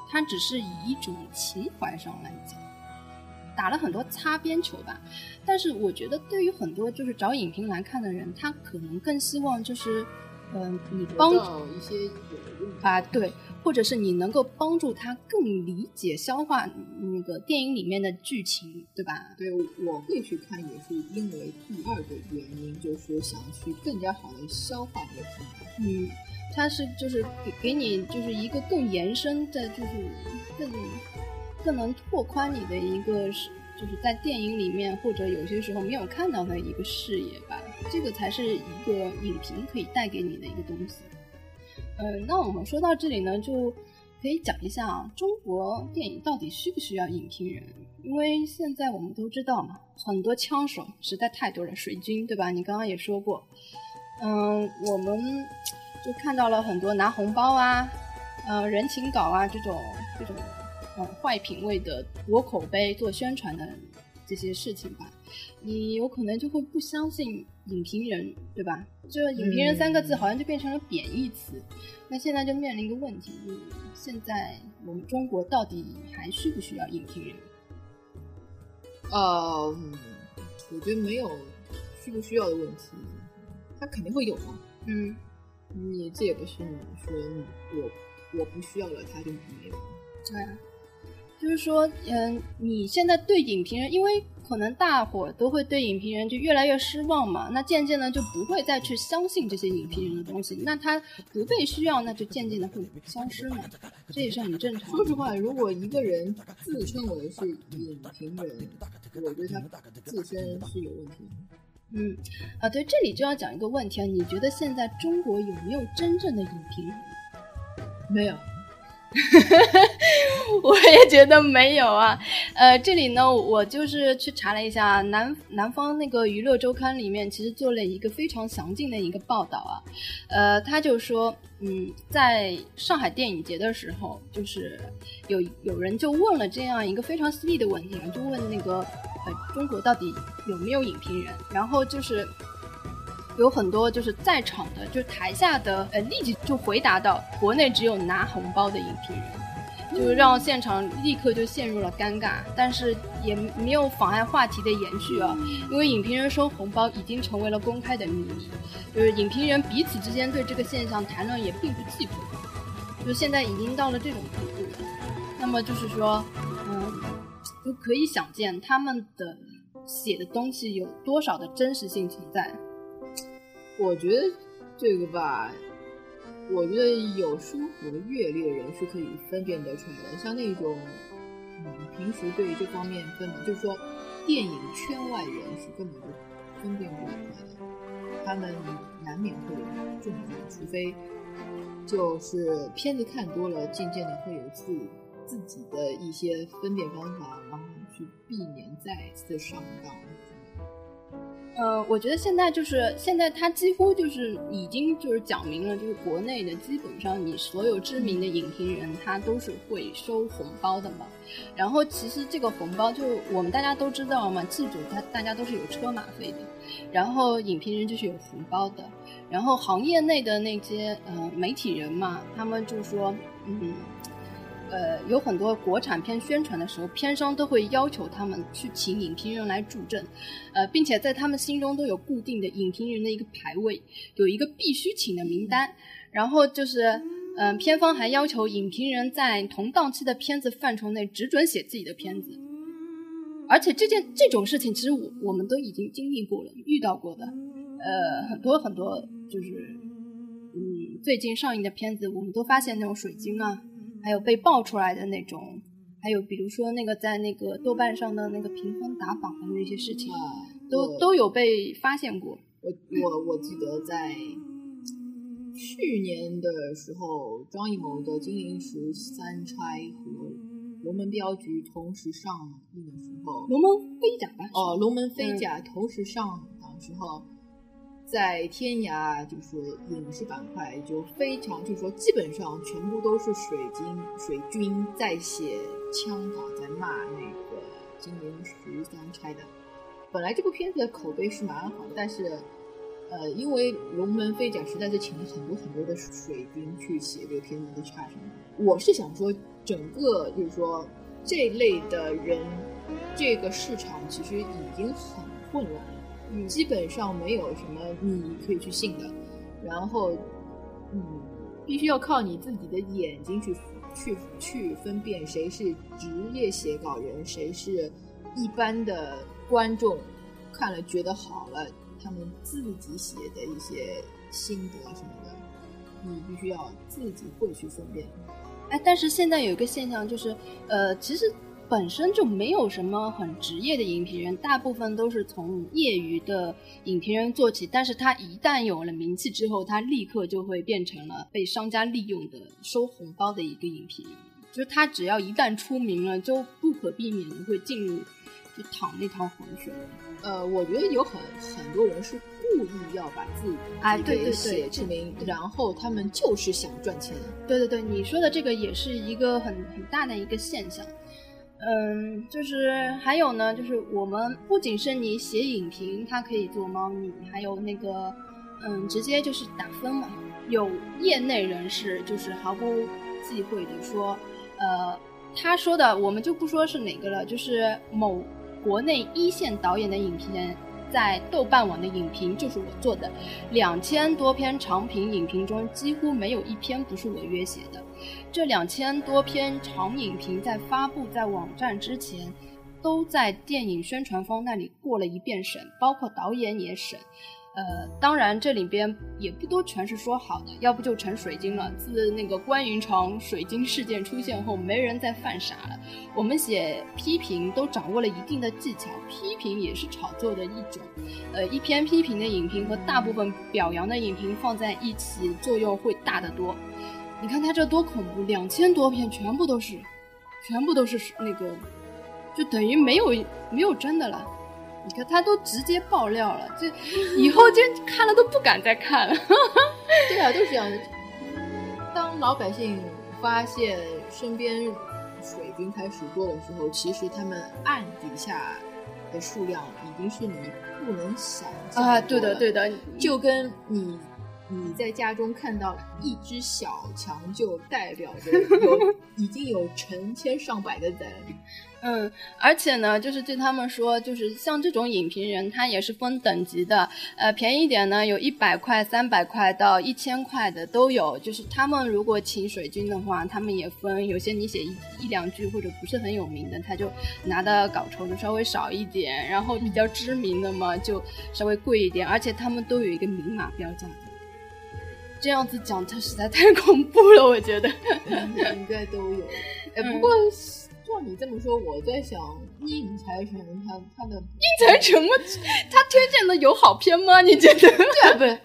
它只是以一种情怀上来讲打了很多擦边球吧。但是我觉得对于很多就是找影评来看的人，他可能更希望就是嗯、呃，你帮助一些有用啊，对，或者是你能够帮助他更理解消化那个电影里面的剧情，对吧？ 对，我会去看也是因为第二个原因，就是想去更加好的消化这个片子。嗯，它是就是给给你就是一个更延伸的，就是更更能拓宽你的一个就是在电影里面或者有些时候没有看到的一个视野吧。这个才是一个影评可以带给你的一个东西。嗯，那我们说到这里呢，就可以讲一下啊，中国电影到底需不需要影评人？因为现在我们都知道嘛，很多枪手实在太多了，水军，对吧？你刚刚也说过。嗯，我们就看到了很多拿红包啊，呃，人情稿啊这种这种嗯坏品位的博口碑做宣传的这些事情吧，你有可能就会不相信影评人，对吧？这影评人三个字好像就变成了贬义词。嗯、那现在就面临一个问题，就是现在我们中国到底还需不需要影评人？ 呃，我觉得没有需不需要的问题，他肯定会有嘛。 嗯， 你这也不是你说我我不需要了，他就没有。 对啊。就是说，嗯，你现在对影评人，因为可能大伙都会对影评人就越来越失望嘛，那渐渐的就不会再去相信这些影评人的东西，那他不被需要，那就渐渐的会消失嘛，这也是很正常的。 说实话，如果一个人自称为是影评人，我觉得他自身是有问题的。 嗯，啊，对，这里就要讲一个问题啊，你觉得现在中国有没有真正的影评人？ 没有。 我也觉得没有啊，呃，这里呢，我就是去查了一下南南方那个娱乐周刊里面，其实做了一个非常详尽的一个报道啊，呃，他就说，嗯，在上海电影节的时候，就是有有人就问了这样一个非常犀利的问题，就问那个呃中国到底有没有影评人，然后就是。有很多就是在场的，就是台下的，呃，立即就回答到，国内只有拿红包的影评人，就是让现场立刻就陷入了尴尬，但是也没有妨碍话题的延续啊，因为影评人收红包已经成为了公开的秘密，就是影评人彼此之间对这个现象谈论也并不忌讳，就是现在已经到了这种地步了。那么就是说，嗯，就可以想见他们的写的东西有多少的真实性存在。 我觉得这个吧，我觉得有书和阅历的人是可以分辨得出来的。像那种，嗯，平时对这方面分，就是说，电影圈外人是根本就分辨不出来的。他们难免会有这种人，除非就是片子看多了，渐渐的会有自自己的一些分辨方法，然后去避免再次上当。 呃，我觉得现在就是现在，它几乎就是已经就是讲明了，就是国内的基本上你所有知名的影评人，他都是会收红包的嘛。然后其实这个红包就是我们大家都知道嘛，剧组他大家都是有车马费的，然后影评人就是有红包的，然后行业内的那些呃媒体人嘛，他们就说嗯。呃，有很多国产片宣传的时候，片商都会要求他们去请影评人来助阵，呃，并且在他们心中都有固定的影评人的一个排位，有一个必须请的名单。然后就是，嗯、呃，片方还要求影评人在同档期的片子范畴内只准写自己的片子。而且这件这种事情，其实我我们都已经经历过了，遇到过的，呃，很多很多，就是，嗯，最近上映的片子，我们都发现那种水军啊。还有被爆出来的那种，还有比如说那个在那个豆瓣上的那个评分打榜的那些事情， 啊、 都都有被发现过。 我我我记得在去年的时候，张艺谋的《金陵十三钗》和《龙门镖局》同时上映的时候， 龙门飞甲吧？ 哦，龙门飞甲同时上档的时候。嗯，在天涯就是影视板块就非常就是说基本上全部都是水军水军在写枪法，在骂那个金陵十三钗的。本来这部片子的口碑是蛮好的，但是呃，因为龙门飞甲实在是请了很多很多的水军去写这个片子的差评。我是想说，整个就是说这类的人，这个市场其实已经很混乱了，嗯，基本上没有什么你可以去信的，然后，嗯，必须要靠你自己的眼睛去去去分辨谁是职业写稿人，谁是一般的观众看了觉得好了。他们自己写的一些心得什么的，你必须要自己会去分辨。 哎，但是现在有一个现象就是，呃，其实本身就没有什么很职业的影评人，大部分都是从业余的影评人做起。但是他一旦有了名气之后，他立刻就会变成了被商家利用的收红包的一个影评人。就是他只要一旦出名了，就不可避免的会进入就淌那趟浑水。 呃，我觉得有很很多人是故意要把自己哎，对对对， 写出名，然后他们就是想赚钱。 对对对，你说的这个也是一个很很大的一个现象。嗯，就是还有呢，就是我们不仅是你写影评，它可以做猫腻，还有那个嗯，直接就是打分嘛。有业内人士就是毫不忌讳的说，呃，他说的我们就不说是哪个了，就是某国内一线导演的影片，在豆瓣网的影评就是我做的，两千多篇长评影评中几乎没有一篇不是我约写的。这两千多篇长影评在发布在网站之前，都在电影宣传方那里过了一遍审，包括导演也审。呃，当然这里边也不都全是说好的，要不就成水晶了。自那个关云长水晶事件出现后，没人再犯傻了。我们写批评都掌握了一定的技巧，批评也是炒作的一种。呃，一篇批评的影评和大部分表扬的影评放在一起，作用会大得多。你看他这多恐怖，两千多篇全部都是，全部都是那个，就等于没有没有真的了。你看他都直接爆料了，这以后就看了都不敢再看了。 对啊，都是这样的。当老百姓发现身边水军开始多的时候，其实他们暗底下的数量已经是你不能想象啊！对的，对的， 就跟你你在家中看到一只小强，就代表着有已经有成千上百的人。 嗯，而且呢，就是对他们说，就是像这种影评人，他也是分等级的。呃，便宜一点呢，有一百块、三百块到一千块的都有。就是他们如果请水军的话，他们也分。有些你写一一两句或者不是很有名的，他就拿的稿酬就稍微少一点。然后比较知名的嘛，就稍微贵一点。而且他们都有一个明码标价的。这样子讲，它实在太恐怖了，我觉得。 应该都有。哎，不过。嗯照你这么说，我在想应财神他他的应财神吗？他推荐的有好片吗？你觉得？ 对啊，不是，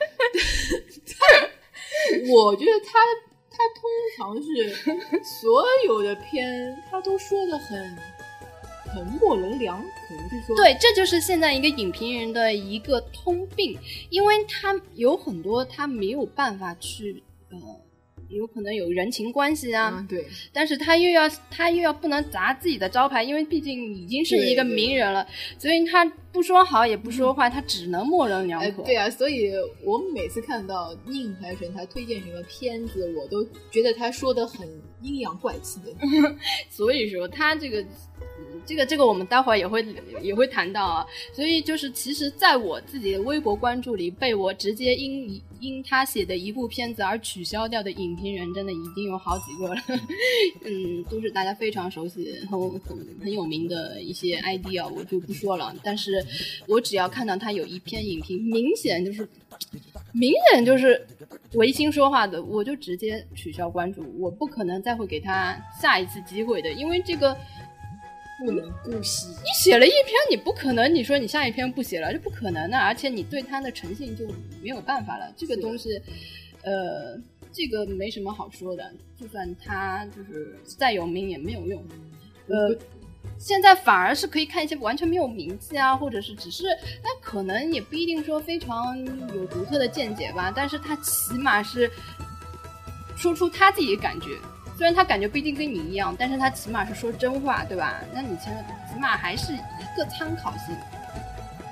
我觉得他他通常是所有的片他都说的很很模棱两可，就是说， 对，这就是现在一个影评人的一个通病，因为他有很多他没有办法去呃。有可能有人情关系啊、 嗯，对， 但是他又要他又要不能砸自己的招牌，因为毕竟已经是一个名人了，所以他不说好也不说坏，他只能模棱两可、 呃。对啊，所以我每次看到宁财神他推荐什么片子，我都觉得他说的很阴阳怪气的。 所以说他这个。这个这个我们待会儿也会也会谈到啊，所以就是其实在我自己的微博关注里，被我直接因因他写的一部片子而取消掉的影评人，真的已经有好几个了。嗯，都是大家非常熟悉、很很很有名的一些 I D 啊，我就不说了。但是我只要看到他有一篇影评，明显就是明显就是违心说话的，我就直接取消关注，我不可能再会给他下一次机会的，因为这个。 不能姑息， 你写了一篇，你不可能你说你下一篇不写了，这不可能的，而且你对他的诚信就没有办法了。这个东西，呃，这个没什么好说的，就算他就是再有名也没有用。呃，现在反而是可以看一些完全没有名气啊，或者是只是，那可能也不一定说非常有独特的见解吧，但是他起码是说出他自己的感觉。虽然他感觉不一定跟你一样，但是他起码是说真话，对吧？那你起码还是一个参考性。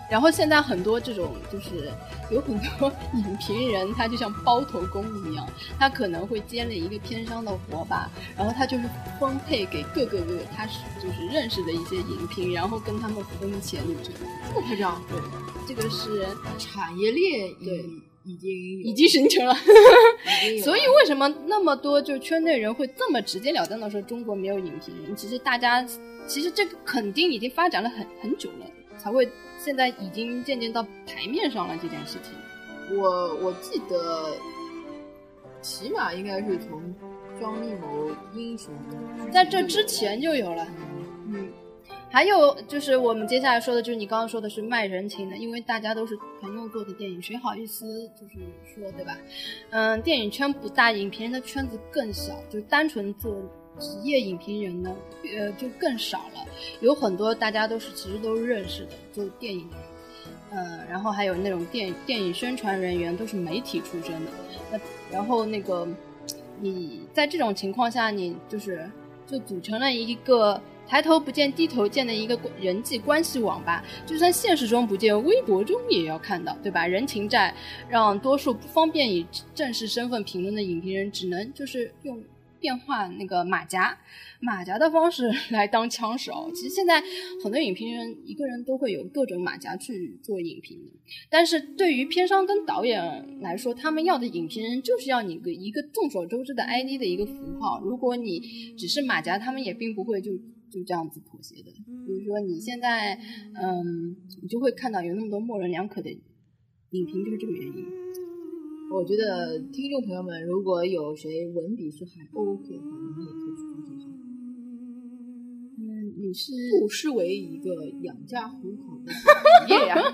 然后现在很多这种就是有很多影评人，他就像包头工一样，他可能会接了一个片商的活吧，然后他就是分配给各个个他是就是认识的一些影评，然后跟他们分钱的这种。 这么夸张？ 对，这个是产业链对已经已经形成了。 了所以为什么那么多就圈内人会这么直截了当的说中国没有影评人？其实大家其实这个肯定已经发展了很很久了，才会现在已经渐渐到台面上了这件事情。 我我记得起码应该是从张艺谋英雄在这之前就有了。嗯，还有就是我们接下来说的就是你刚刚说的是卖人情的，因为大家都是朋友做的电影，谁好意思就是说对吧？嗯，电影圈不大，影评人的圈子更小，就单纯做职业影评人呢，呃，就更少了。有很多大家都是其实都认识的，做电影的人，嗯，然后还有那种电电影宣传人员都是媒体出身的。那然后那个你在这种情况下，你就是就组成了一个抬头不见低头见的一个人际关系网吧。就算现实中不见，微博中也要看到，对吧？人情债让多数不方便以正式身份评论的影评人，只能就是用变换那个马甲马甲的方式来当枪手。其实现在很多影评人一个人都会有各种马甲去做影评的，但是对于片商跟导演来说，他们要的影评人就是要你个一个众所周知的 I D 的一个符号。如果你只是马甲，他们也并不会就就这样子妥协的。比如说你现在嗯，你就会看到有那么多模棱两可的影评，就是这个原因。 我觉得听众朋友们，如果有谁文笔是还 OK 的话，你也可以去找找他。 嗯，你是不失为一个养家糊口的职业呀。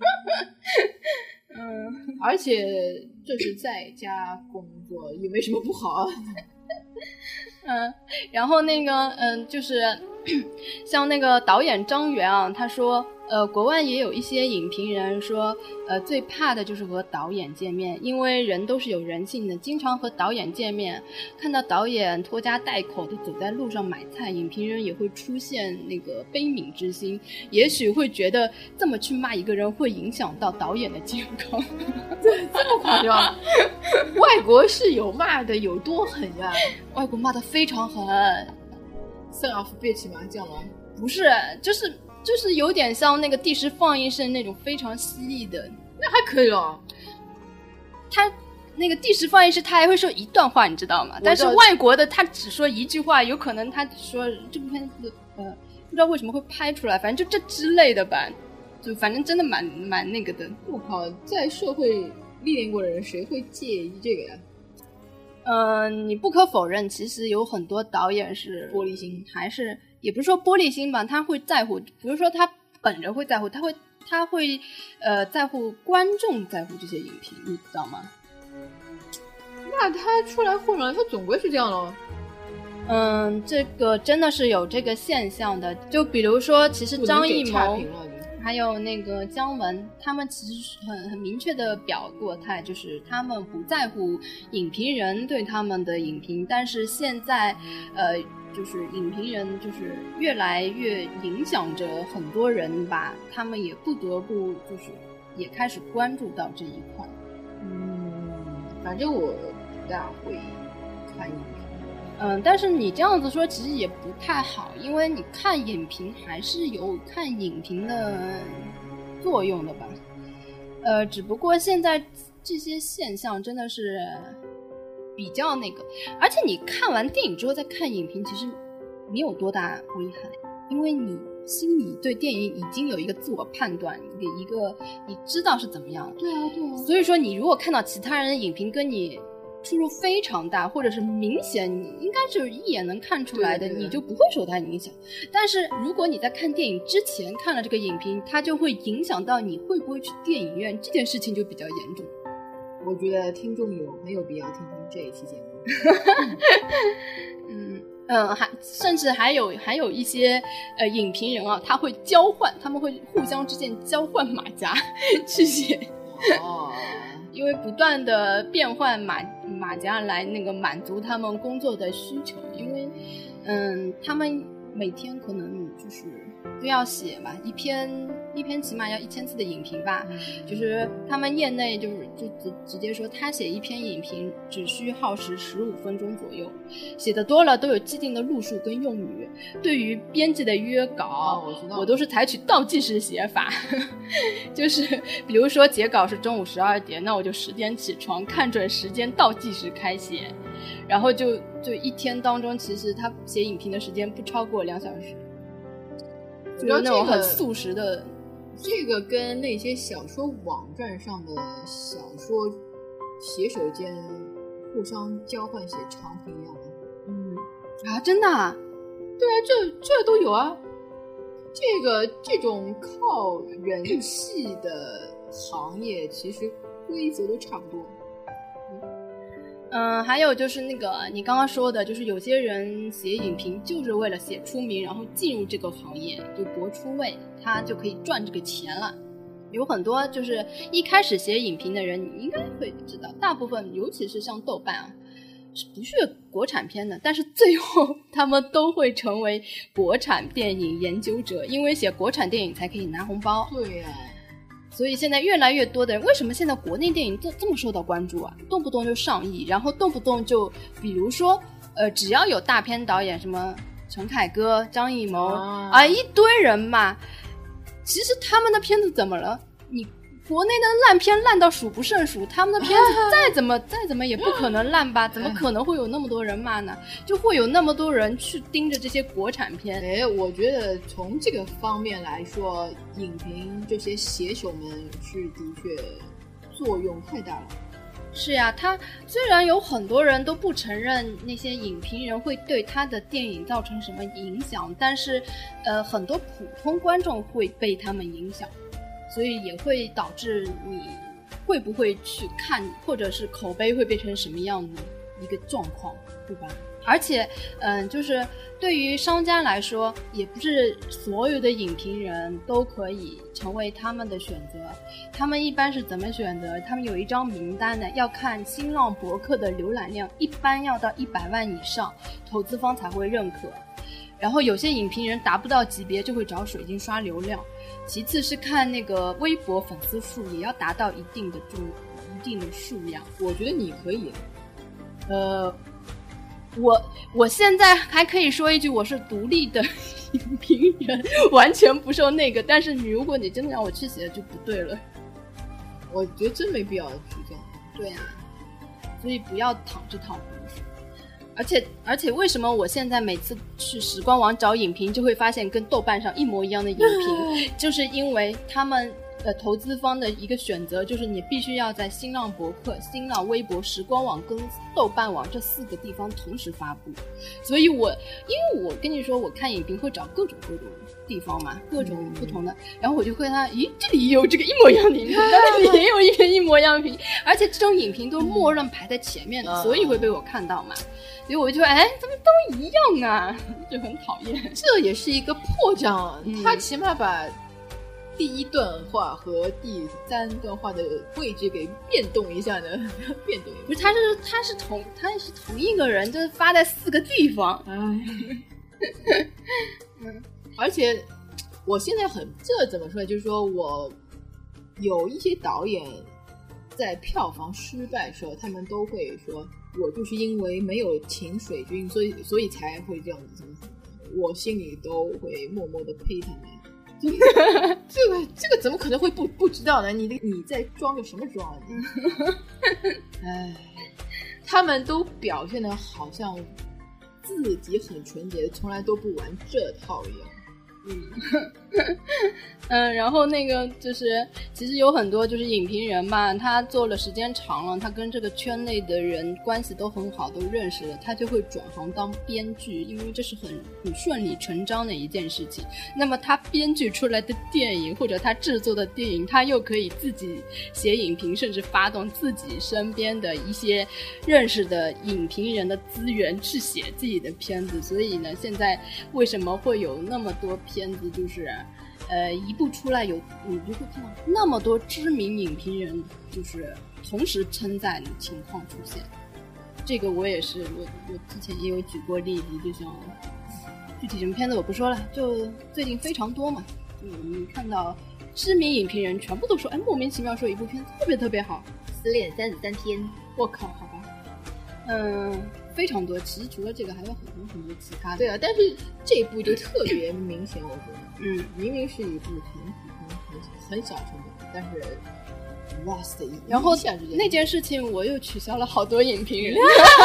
嗯， 而且这是在家工作，也没什么不好啊。 嗯，然后那个嗯，就是像那个导演张元啊，他说呃，国外也有一些影评人说，呃，最怕的就是和导演见面，因为人都是有人性的，经常和导演见面，看到导演拖家带口的走在路上买菜，影评人也会出现那个悲悯之心，也许会觉得这么去骂一个人会影响到导演的健康。 这这么夸张？外国是有骂的有多狠呀？ 外国骂的非常狠。 son of bitch 吗？这样吗？ 不是，就是就是有点像那个第十放映是那种非常犀利的。 那还可以了。 他那个第十放映是他还会说一段话，你知道吗？但是外国的他只说一句话，有可能他说这部片子呃不知道为什么会拍出来，反正就这之类的吧，就反正真的蛮蛮那个的。 我靠，在社会历练过的人谁会介意这个呀？ 嗯，你不可否认，其实有很多导演是玻璃心， 还是也不是说玻璃心吧，他会在乎，比如说他本人会在乎，他会他会呃在乎观众在乎这些影评，你知道吗？ 那他出来混了，他总归是这样咯。 嗯，这个真的是有这个现象的，就比如说，其实张艺谋还有那个姜文，他们其实很很明确的表过态，就是他们不在乎影评人对他们的影评，但是现在，呃，就是影评人就是越来越影响着很多人吧，他们也不得不就是也开始关注到这一块。 嗯，反正我不大会看影评。 嗯，但是你这样子说其实也不太好，因为你看影评还是有看影评的作用的吧。呃，只不过现在这些现象真的是比较那个，而且你看完电影之后再看影评，其实没有多大危害，因为你心里对电影已经有一个自我判断，一个一个你知道是怎么样。 对啊，对啊。 所以说，你如果看到其他人的影评跟你出入非常大，或者是明显你应该就是一眼能看出来的， 对对对， 你就不会受它影响。但是如果你在看电影之前看了这个影评，它就会影响到你会不会去电影院，这件事情就比较严重。 我觉得听众有很有必要听听这一期节目。 嗯嗯，还甚至还有还有一些呃影评人啊，他会交换，他们会互相之间交换马甲去写。 哦。 因为不断的变换马马甲来那个满足他们工作的需求，因为嗯，他们每天可能就是都要写吧，一篇一篇起码要一千字的影评吧。就是他们业内就是就直直接说，他写一篇影评只需耗时十五分钟左右，写的多了都有既定的路数跟用语。对于编辑的约稿， 哦、我, 知道我都是采取倒计时写法，就是比如说截稿是中午十二点，那我就十点起床，看准时间倒计时开写，然后就就一天当中，其实他写影评的时间不超过两小时。就是那种很速食的， 这个跟那些小说网站上的小说写手间互相交换写长评一样的。 嗯啊，真的啊？ 对啊，这这都有啊。这个这种靠人气的行业，其实规则都差不多。 嗯，还有就是那个你刚刚说的，就是有些人写影评就是为了写出名，然后进入这个行业就博出位，他就可以赚这个钱了。有很多就是一开始写影评的人，你应该会知道，大部分尤其是像豆瓣啊，是不是国产片的，但是最后他们都会成为国产电影研究者，因为写国产电影才可以拿红包。 对呀、啊。 所以现在越来越多的人，为什么现在国内电影这这么受到关注啊？动不动就上亿，然后动不动就，比如说，呃，只要有大片导演，什么陈凯歌、张艺谋啊、啊，一堆人嘛。其实他们的片子怎么了？你国内的烂片烂到数不胜数，他们的片子再怎么、啊、再怎么也不可能烂吧？怎么可能会有那么多人骂呢？就会有那么多人去盯着这些国产片。 哎，我觉得从这个方面来说，影评这些写手们是的确作用太大了。 是呀，他虽然有很多人都不承认那些影评人会对他的电影造成什么影响，但是，呃，很多普通观众会被他们影响。所以也会导致你会不会去看，或者是口碑会变成什么样的一个状况，对吧？而且，嗯，就是对于商家来说，也不是所有的影评人都可以成为他们的选择。他们一般是怎么选择？他们有一张名单的，要看新浪博客的浏览量，一般要到一百万以上，投资方才会认可。然后有些影评人达不到级别，就会找水晶刷流量。其次是看那个微博粉丝数也要达到一定的重一定的数量。 我觉得你可以， 呃，我我现在还可以说一句，我是独立的影评人，完全不受那个。但是你如果你真的让我去写，就不对了。 我觉得真没必要去这样。 对啊，所以不要淌这趟浑水。而且而且为什么我现在每次去时光网找影评就会发现跟豆瓣上一模一样的影评，就是因为他们呃投资方的一个选择，就是你必须要在新浪博客、新浪微博、时光网跟豆瓣网这四个地方同时发布。所以我因为我跟你说我看影评会找各种各种地方嘛，各种不同的、嗯、然后我就会看，咦，这里也有这个一模一样的影评，那里也有一篇一模一样的影评，而且这种影评都默认排在前面的、嗯、所以会被我看到嘛。所以我就哎，怎么都一样啊，就很讨厌。 这也是一个破绽，嗯、他起码把第一段话和第三段话的位置给变动一下呢，变动一下。 不是，他是他是同他是同一个人，就是发在四个地方。 哎，嗯，而且我现在很这怎么说呢？就是说我有一些导演在票房失败的时候，他们都会说。我就是因为没有请水军，所以所以才会这样子，我心里都会默默的呸他们。这个这个怎么可能会不不知道呢？你你在装个什么装啊？哎，他们都表现的好像自己很纯洁，从来都不玩这套一样。 嗯，嗯，然后那个就是，其实有很多就是影评人嘛，他做了时间长了，他跟这个圈内的人关系都很好，都认识了，他就会转行当编剧，因为这是很很顺理成章的一件事情。那么他编剧出来的电影或者他制作的电影，他又可以自己写影评，甚至发动自己身边的一些认识的影评人的资源去写自己的片子。所以呢，现在为什么会有那么多片子就是呃一部出来有你就会看到那么多知名影评人就是同时称赞的情况出现。这个我也是我我之前也有举过例子，就像具体什么片子我不说了，就最近非常多嘛，就我们看到知名影评人全部都说，哎，莫名其妙说一部片特别特别好， 失恋三十三天， 我靠，好吧，嗯，非常多。其实除了这个，还有很多很多其他的。 对啊，但是这一部就特别明显，我觉得， 嗯， 明明是一部很普通、很很小成本，但是。哇塞！ 然后那件事情我又取消了好多影评人。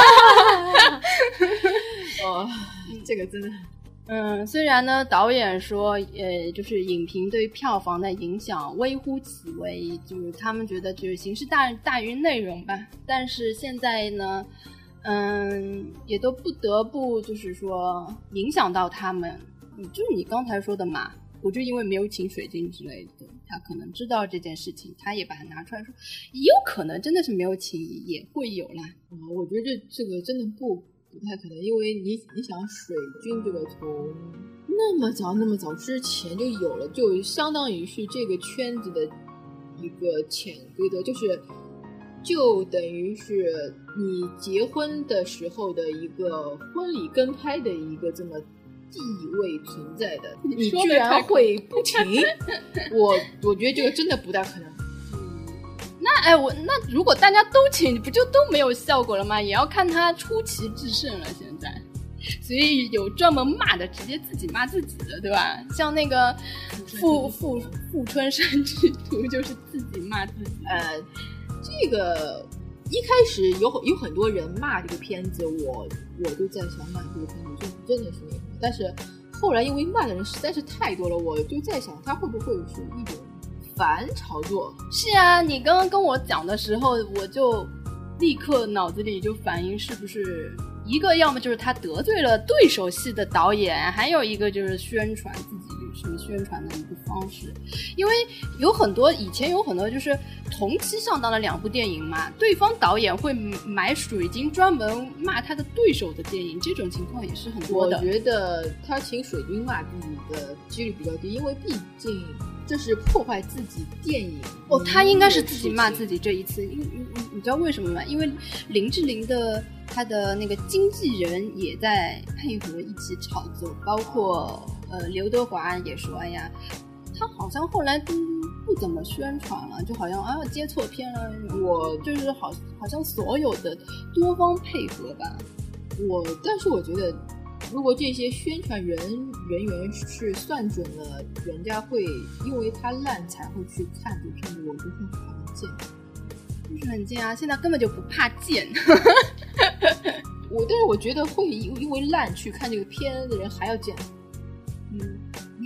哦，这个真的， 嗯，虽然呢，导演说，呃，就是影评对票房的影响微乎其微，就是他们觉得就是形式大大于内容吧。但是现在呢，嗯，也都不得不就是说影响到他们，就是你刚才说的嘛。我就因为没有请水晶之类的，他可能知道这件事情，他也把它拿出来说，也有可能真的是没有请，也会有啦。 嗯，我觉得这这个真的不不太可能，因为你你想水晶这个从那么早那么早之前就有了，就相当于是这个圈子的一个潜规则，就是就等于是你结婚的时候的一个婚礼跟拍的一个这么地位存在的，你居然会不请我我觉得这个真的不大可能。 嗯，那哎我那如果大家都请，不就都没有效果了吗？也要看他出奇制胜了现在，所以有专门骂的直接自己骂自己的，对吧？像那个富富富春山居图就是自己骂自己。 呃，这个一开始有有很多人骂这个片子，我我就在想骂这个片子真真的是那个，但是后来因为骂的人实在是太多了，我就在想他会不会是一种反炒作。 是啊，你刚刚跟我讲的时候，我就立刻脑子里就反应是不是一个要么就是他得罪了对手戏的导演，还有一个就是宣传自己什么宣传的一个方式。因为有很多以前有很多就是同期上档的两部电影嘛，对方导演会买水晶专门骂他的对手的电影，这种情况也是很多的。 我觉得他请水晶骂自己的几率比较低，因为毕竟这是破坏自己电影哦，他应该是自己骂自己这一次，因为你你知道为什么吗？因为林志玲的他的那个经纪人也在配合一起炒作，包括呃刘德华也说，哎呀，他好像后来都不怎么宣传了，就好像啊接错片了。我就是好好像所有的多方配合吧。 我但是我觉得。如果这些宣传人人员是算准了，人家会因为他烂才会去看这片子，我觉得很贱， 就是很贱啊！现在根本就不怕贱。 我但是我觉得会因为烂去看这个片的人还要贱。嗯，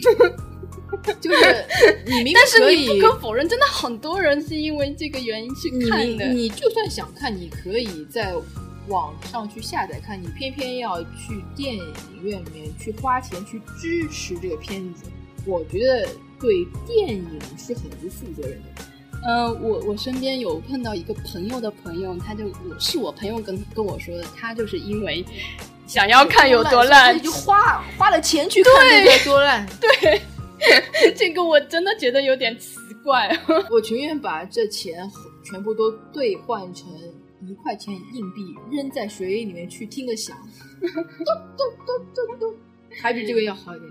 就是你明明但是你不可否认，真的很多人是因为这个原因去看的。 你你就算想看，你可以在网上去下载看，你偏偏要去电影院里面去花钱去支持这个片子，我觉得对电影是很不负责任的。 呃，我我身边有碰到一个朋友的朋友，他就我是我朋友跟跟我说的，他就是因为想要看有多烂， 你就花花了钱去看这个多烂。 对，这个我真的觉得有点奇怪。 我情愿把这钱全部都兑换成一块钱硬币扔在水里面去听个响，嘟嘟嘟嘟嘟，还比这个要好一点。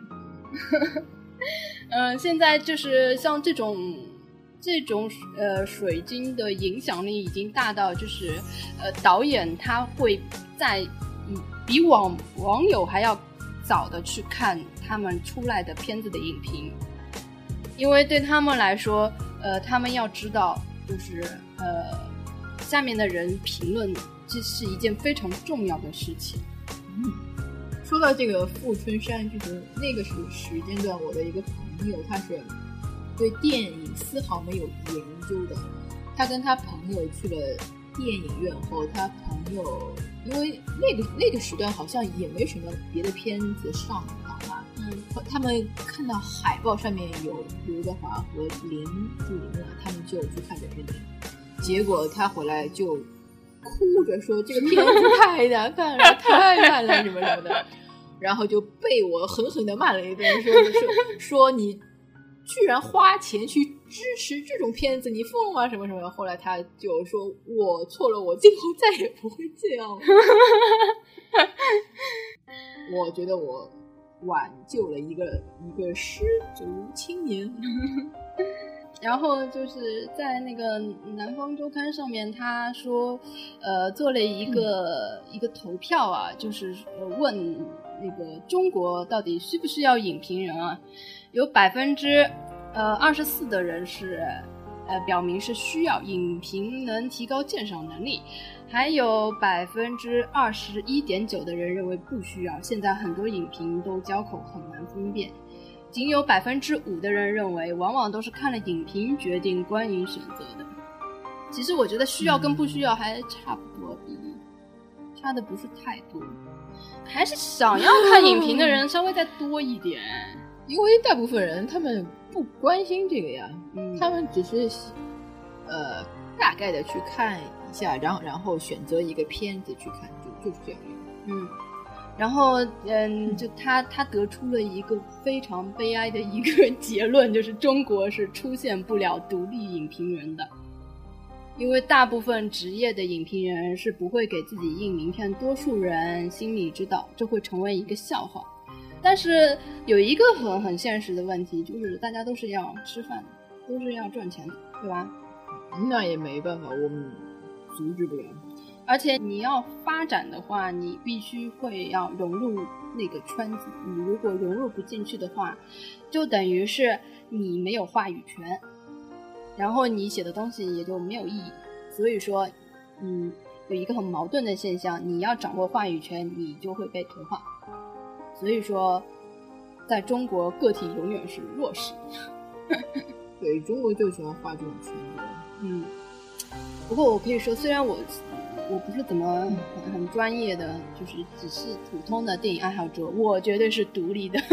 嗯、呃，现在就是像这种这种呃水晶的影响力已经大到，就是呃导演他会在嗯比网网友还要早的去看他们出来的片子的影评，因为对他们来说，呃，他们要知道就是呃。下面的人评论，这是一件非常重要的事情。 嗯，说到这个富春山居图，那个时时间段，我的一个朋友，他是对电影丝毫没有研究的。他跟他朋友去了电影院后，他朋友因为那个那个时段好像也没什么别的片子上档嘛，嗯，他们看到海报上面有刘德华和林志玲了，他们就去看这片子。结果他回来就哭着说这个片子太难看了，太烂了什么什么的，然后就被我狠狠的骂了一顿，说说说你居然花钱去支持这种片子，你疯了吗？什么什么。后来他就说我错了，我今后再也不会这样了。我觉得我挽救了一个一个失足青年。 然后就是在那个南方周刊上面他说呃做了一个、嗯、一个投票啊，就是问那个中国到底需不需要影评人啊，有百分之呃二十四的人是呃表明是需要，影评能提高鉴赏能力，还有百分之二十一点九的人认为不需要，现在很多影评都交口很难分辨，仅有百分之五的人认为往往都是看了影评决定观影选择的。其实我觉得需要跟不需要还差不多，比例差的不是太多，还是想要看影评的人稍微再多一点。 因为大部分人他们不关心这个呀，嗯、他们只是呃大概的去看一下，然后然后选择一个片子去看，就就是这样。 嗯。然后，嗯，就他他得出了一个非常悲哀的一个结论，就是中国是出现不了独立影评人的，因为大部分职业的影评人是不会给自己印名片，多数人心里知道这会成为一个笑话。但是有一个很很现实的问题，就是大家都是要吃饭的，都是要赚钱的，对吧？ 那也没办法，我们阻止不了。 而且你要发展的话，你必须会要融入那个圈子，你如果融入不进去的话，就等于是你没有话语权，然后你写的东西也就没有意义。所以说嗯，有一个很矛盾的现象，你要掌握话语权，你就会被同化。所以说在中国个体永远是弱势。 对，中国就喜欢画这种圈子。 嗯，不过我可以说，虽然我我不是怎么很很专业的，就是只是普通的电影爱好者，我绝对是独立的。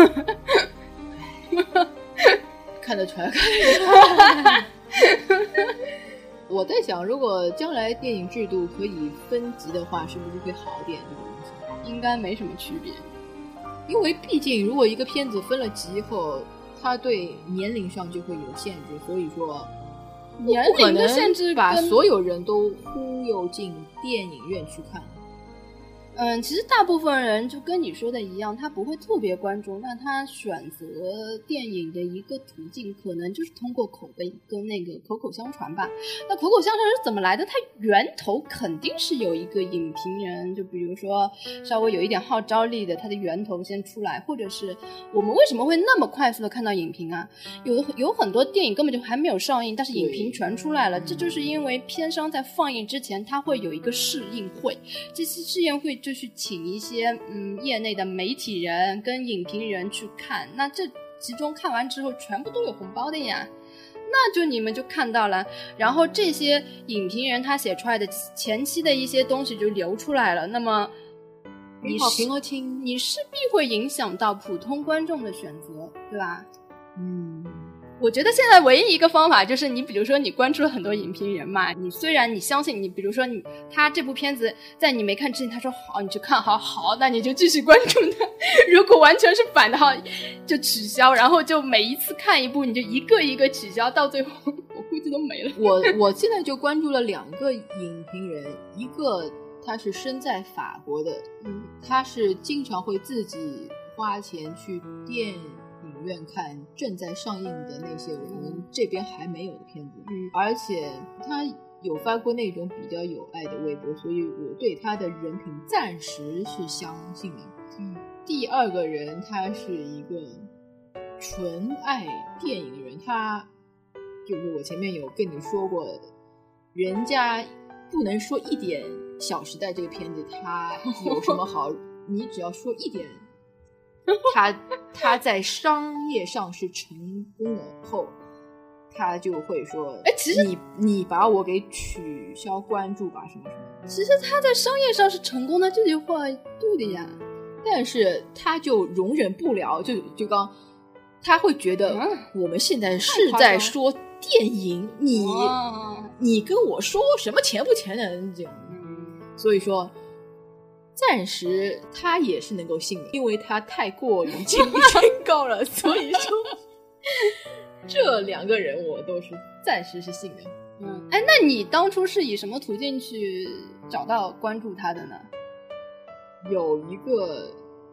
看得出来，看得出来。我在想，如果将来电影制度可以分级的话，是不是会好一点？这个东西应该没什么区别， 因为毕竟如果一个片子分了级后，它对年龄上就会有限制，所以说年龄的限制把所有人都忽悠进电影院去看。 嗯，其实大部分人就跟你说的一样，他不会特别关注，那他选择电影的一个途径可能就是通过口碑跟那个口口相传吧。那口口相传是怎么来的？它源头肯定是有一个影评人，就比如说稍微有一点号召力的，它的源头先出来，或者是我们为什么会那么快速的看到影评啊？有有很多电影根本就还没有上映，但是影评全出来了，这就是因为片商在放映之前他会有一个试映会，这次试映会就去请一些嗯业内的媒体人跟影评人去看，那这其中看完之后全部都有红包的呀，那就你们就看到了，然后这些影评人他写出来的前期的一些东西就流出来了，那么你好评和轻， 你势必会影响到普通观众的选择，对吧？ 嗯。 我觉得现在唯一一个方法就是你比如说你关注了很多影评人嘛，你虽然你相信你比如说你他这部片子在你没看之前他说好你就看好好，那你就继续关注他，如果完全是反的话就取消，然后就每一次看一部你就一个一个取消，到最后我估计都没了。 我我现在就关注了两个影评人，一个他是身在法国的，嗯，他是经常会自己花钱去电影院看正在上映的那些我们这边还没有的片子，嗯，而且他有发过那种比较有爱的微博，所以我对他的人品暂时是相信的。嗯，第二个人他是一个纯爱电影人，他就是我前面有跟你说过，人家不能说一点《小时代》这个片子它有什么好，你只要说一点。他他在商业上是成功了后，他就会说：“ 哎，其实你你把我给取消关注吧，什么什么。” 其实他在商业上是成功的，这句话对的呀。 但是他就容忍不了，就就刚他会觉得我们现在是在说电影，你你跟我说什么钱不钱的这种，所以说。暂时他也是能够信的，因为他太过于清清高了，所以说这两个人我都是暂时是信的。 嗯，哎，那你当初是以什么途径去找到关注他的呢？ 有一个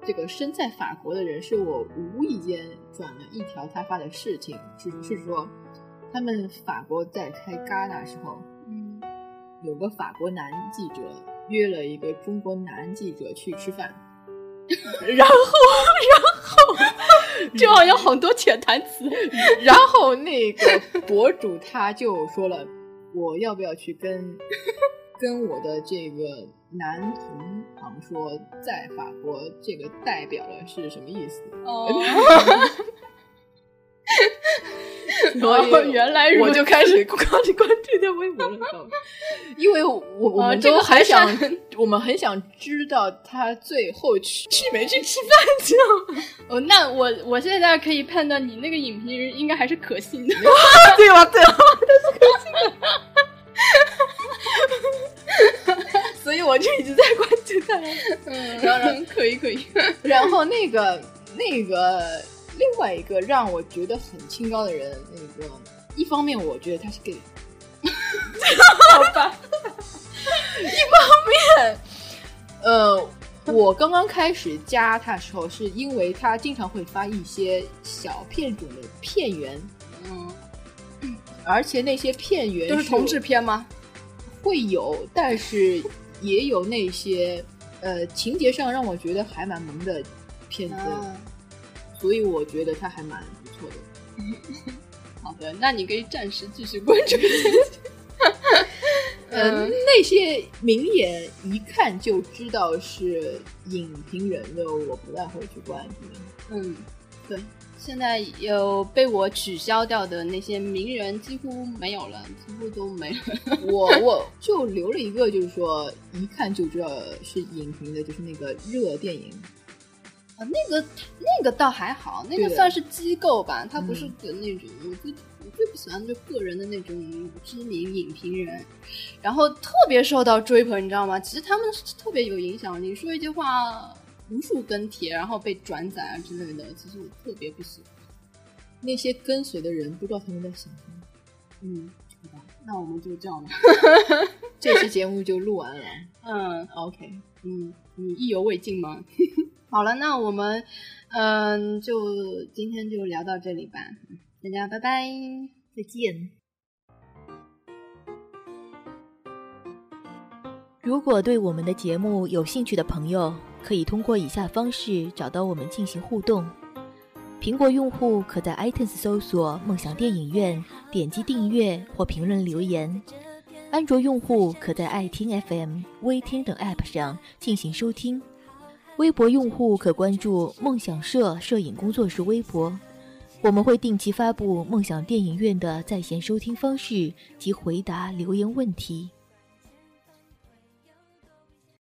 这个身在法国的人，是我无意间转了一条他发的事情，是是说他们法国在开戛纳时候， 嗯， 有个法国男记者约了一个中国男记者去吃饭，然后然后这好像好多潜台词。 然后那个博主他就说了，我要不要去跟跟我的这个男同行说，在法国这个代表了是什么意思？ 哦， 所以原来如此， 我就开始关关注他微博了，因为我我们都很想、哦这个、我们很想知道他最后去去没去吃饭去了。 哦，那我我现在可以判断你那个影评人应该还是可信的。 对吧？对吧？他是可信的。所以我就一直在关注他。 嗯，然后可以可以。 然后那个那个。另外一个让我觉得很清高的人，那个一方面我觉得他是 gay， 好吧， 一方面，呃，我刚刚开始加他的时候，是因为他经常会发一些小片种的片源， 嗯， 而且那些片源都是同志片吗？ 会有，但是也有那些呃情节上让我觉得还蛮萌的片子。啊，所以我觉得他还蛮不错的。 好的，那你可以暂时继续关注。 呃，那些名言一看就知道是影评人的，我不太会去关注。 嗯，对，现在有被我取消掉的那些名人几乎没有了，几乎都没了。 我我就留了一个，就是说一看就知道是影评的，就是那个热电影。 啊，那个那个倒还好，那个算是机构吧，它不是的那种。嗯、我最我最不喜欢就个人的那种知名影评人，然后特别受到追捧，你知道吗？其实他们是特别有影响力，说一句话无数跟帖，然后被转载啊之类的。其实我特别不喜欢那些跟随的人，不知道他们在想什么。 嗯，那我们就这样吧。 这期节目就录完了。 嗯 ，OK， 嗯，你意犹未尽吗？好了，那我们嗯、呃，就今天就聊到这里吧，大家拜拜， 再见。 如果对我们的节目有兴趣的朋友，可以通过以下方式找到我们进行互动。苹果用户可在 iTunes 搜索梦想电影院，点击订阅或评论留言。安卓用户可在爱听 F M、微听等 App 上进行收听。微博用户可关注梦想社摄影工作室微博，我们会定期发布梦想电影院的在线收听方式及回答留言问题。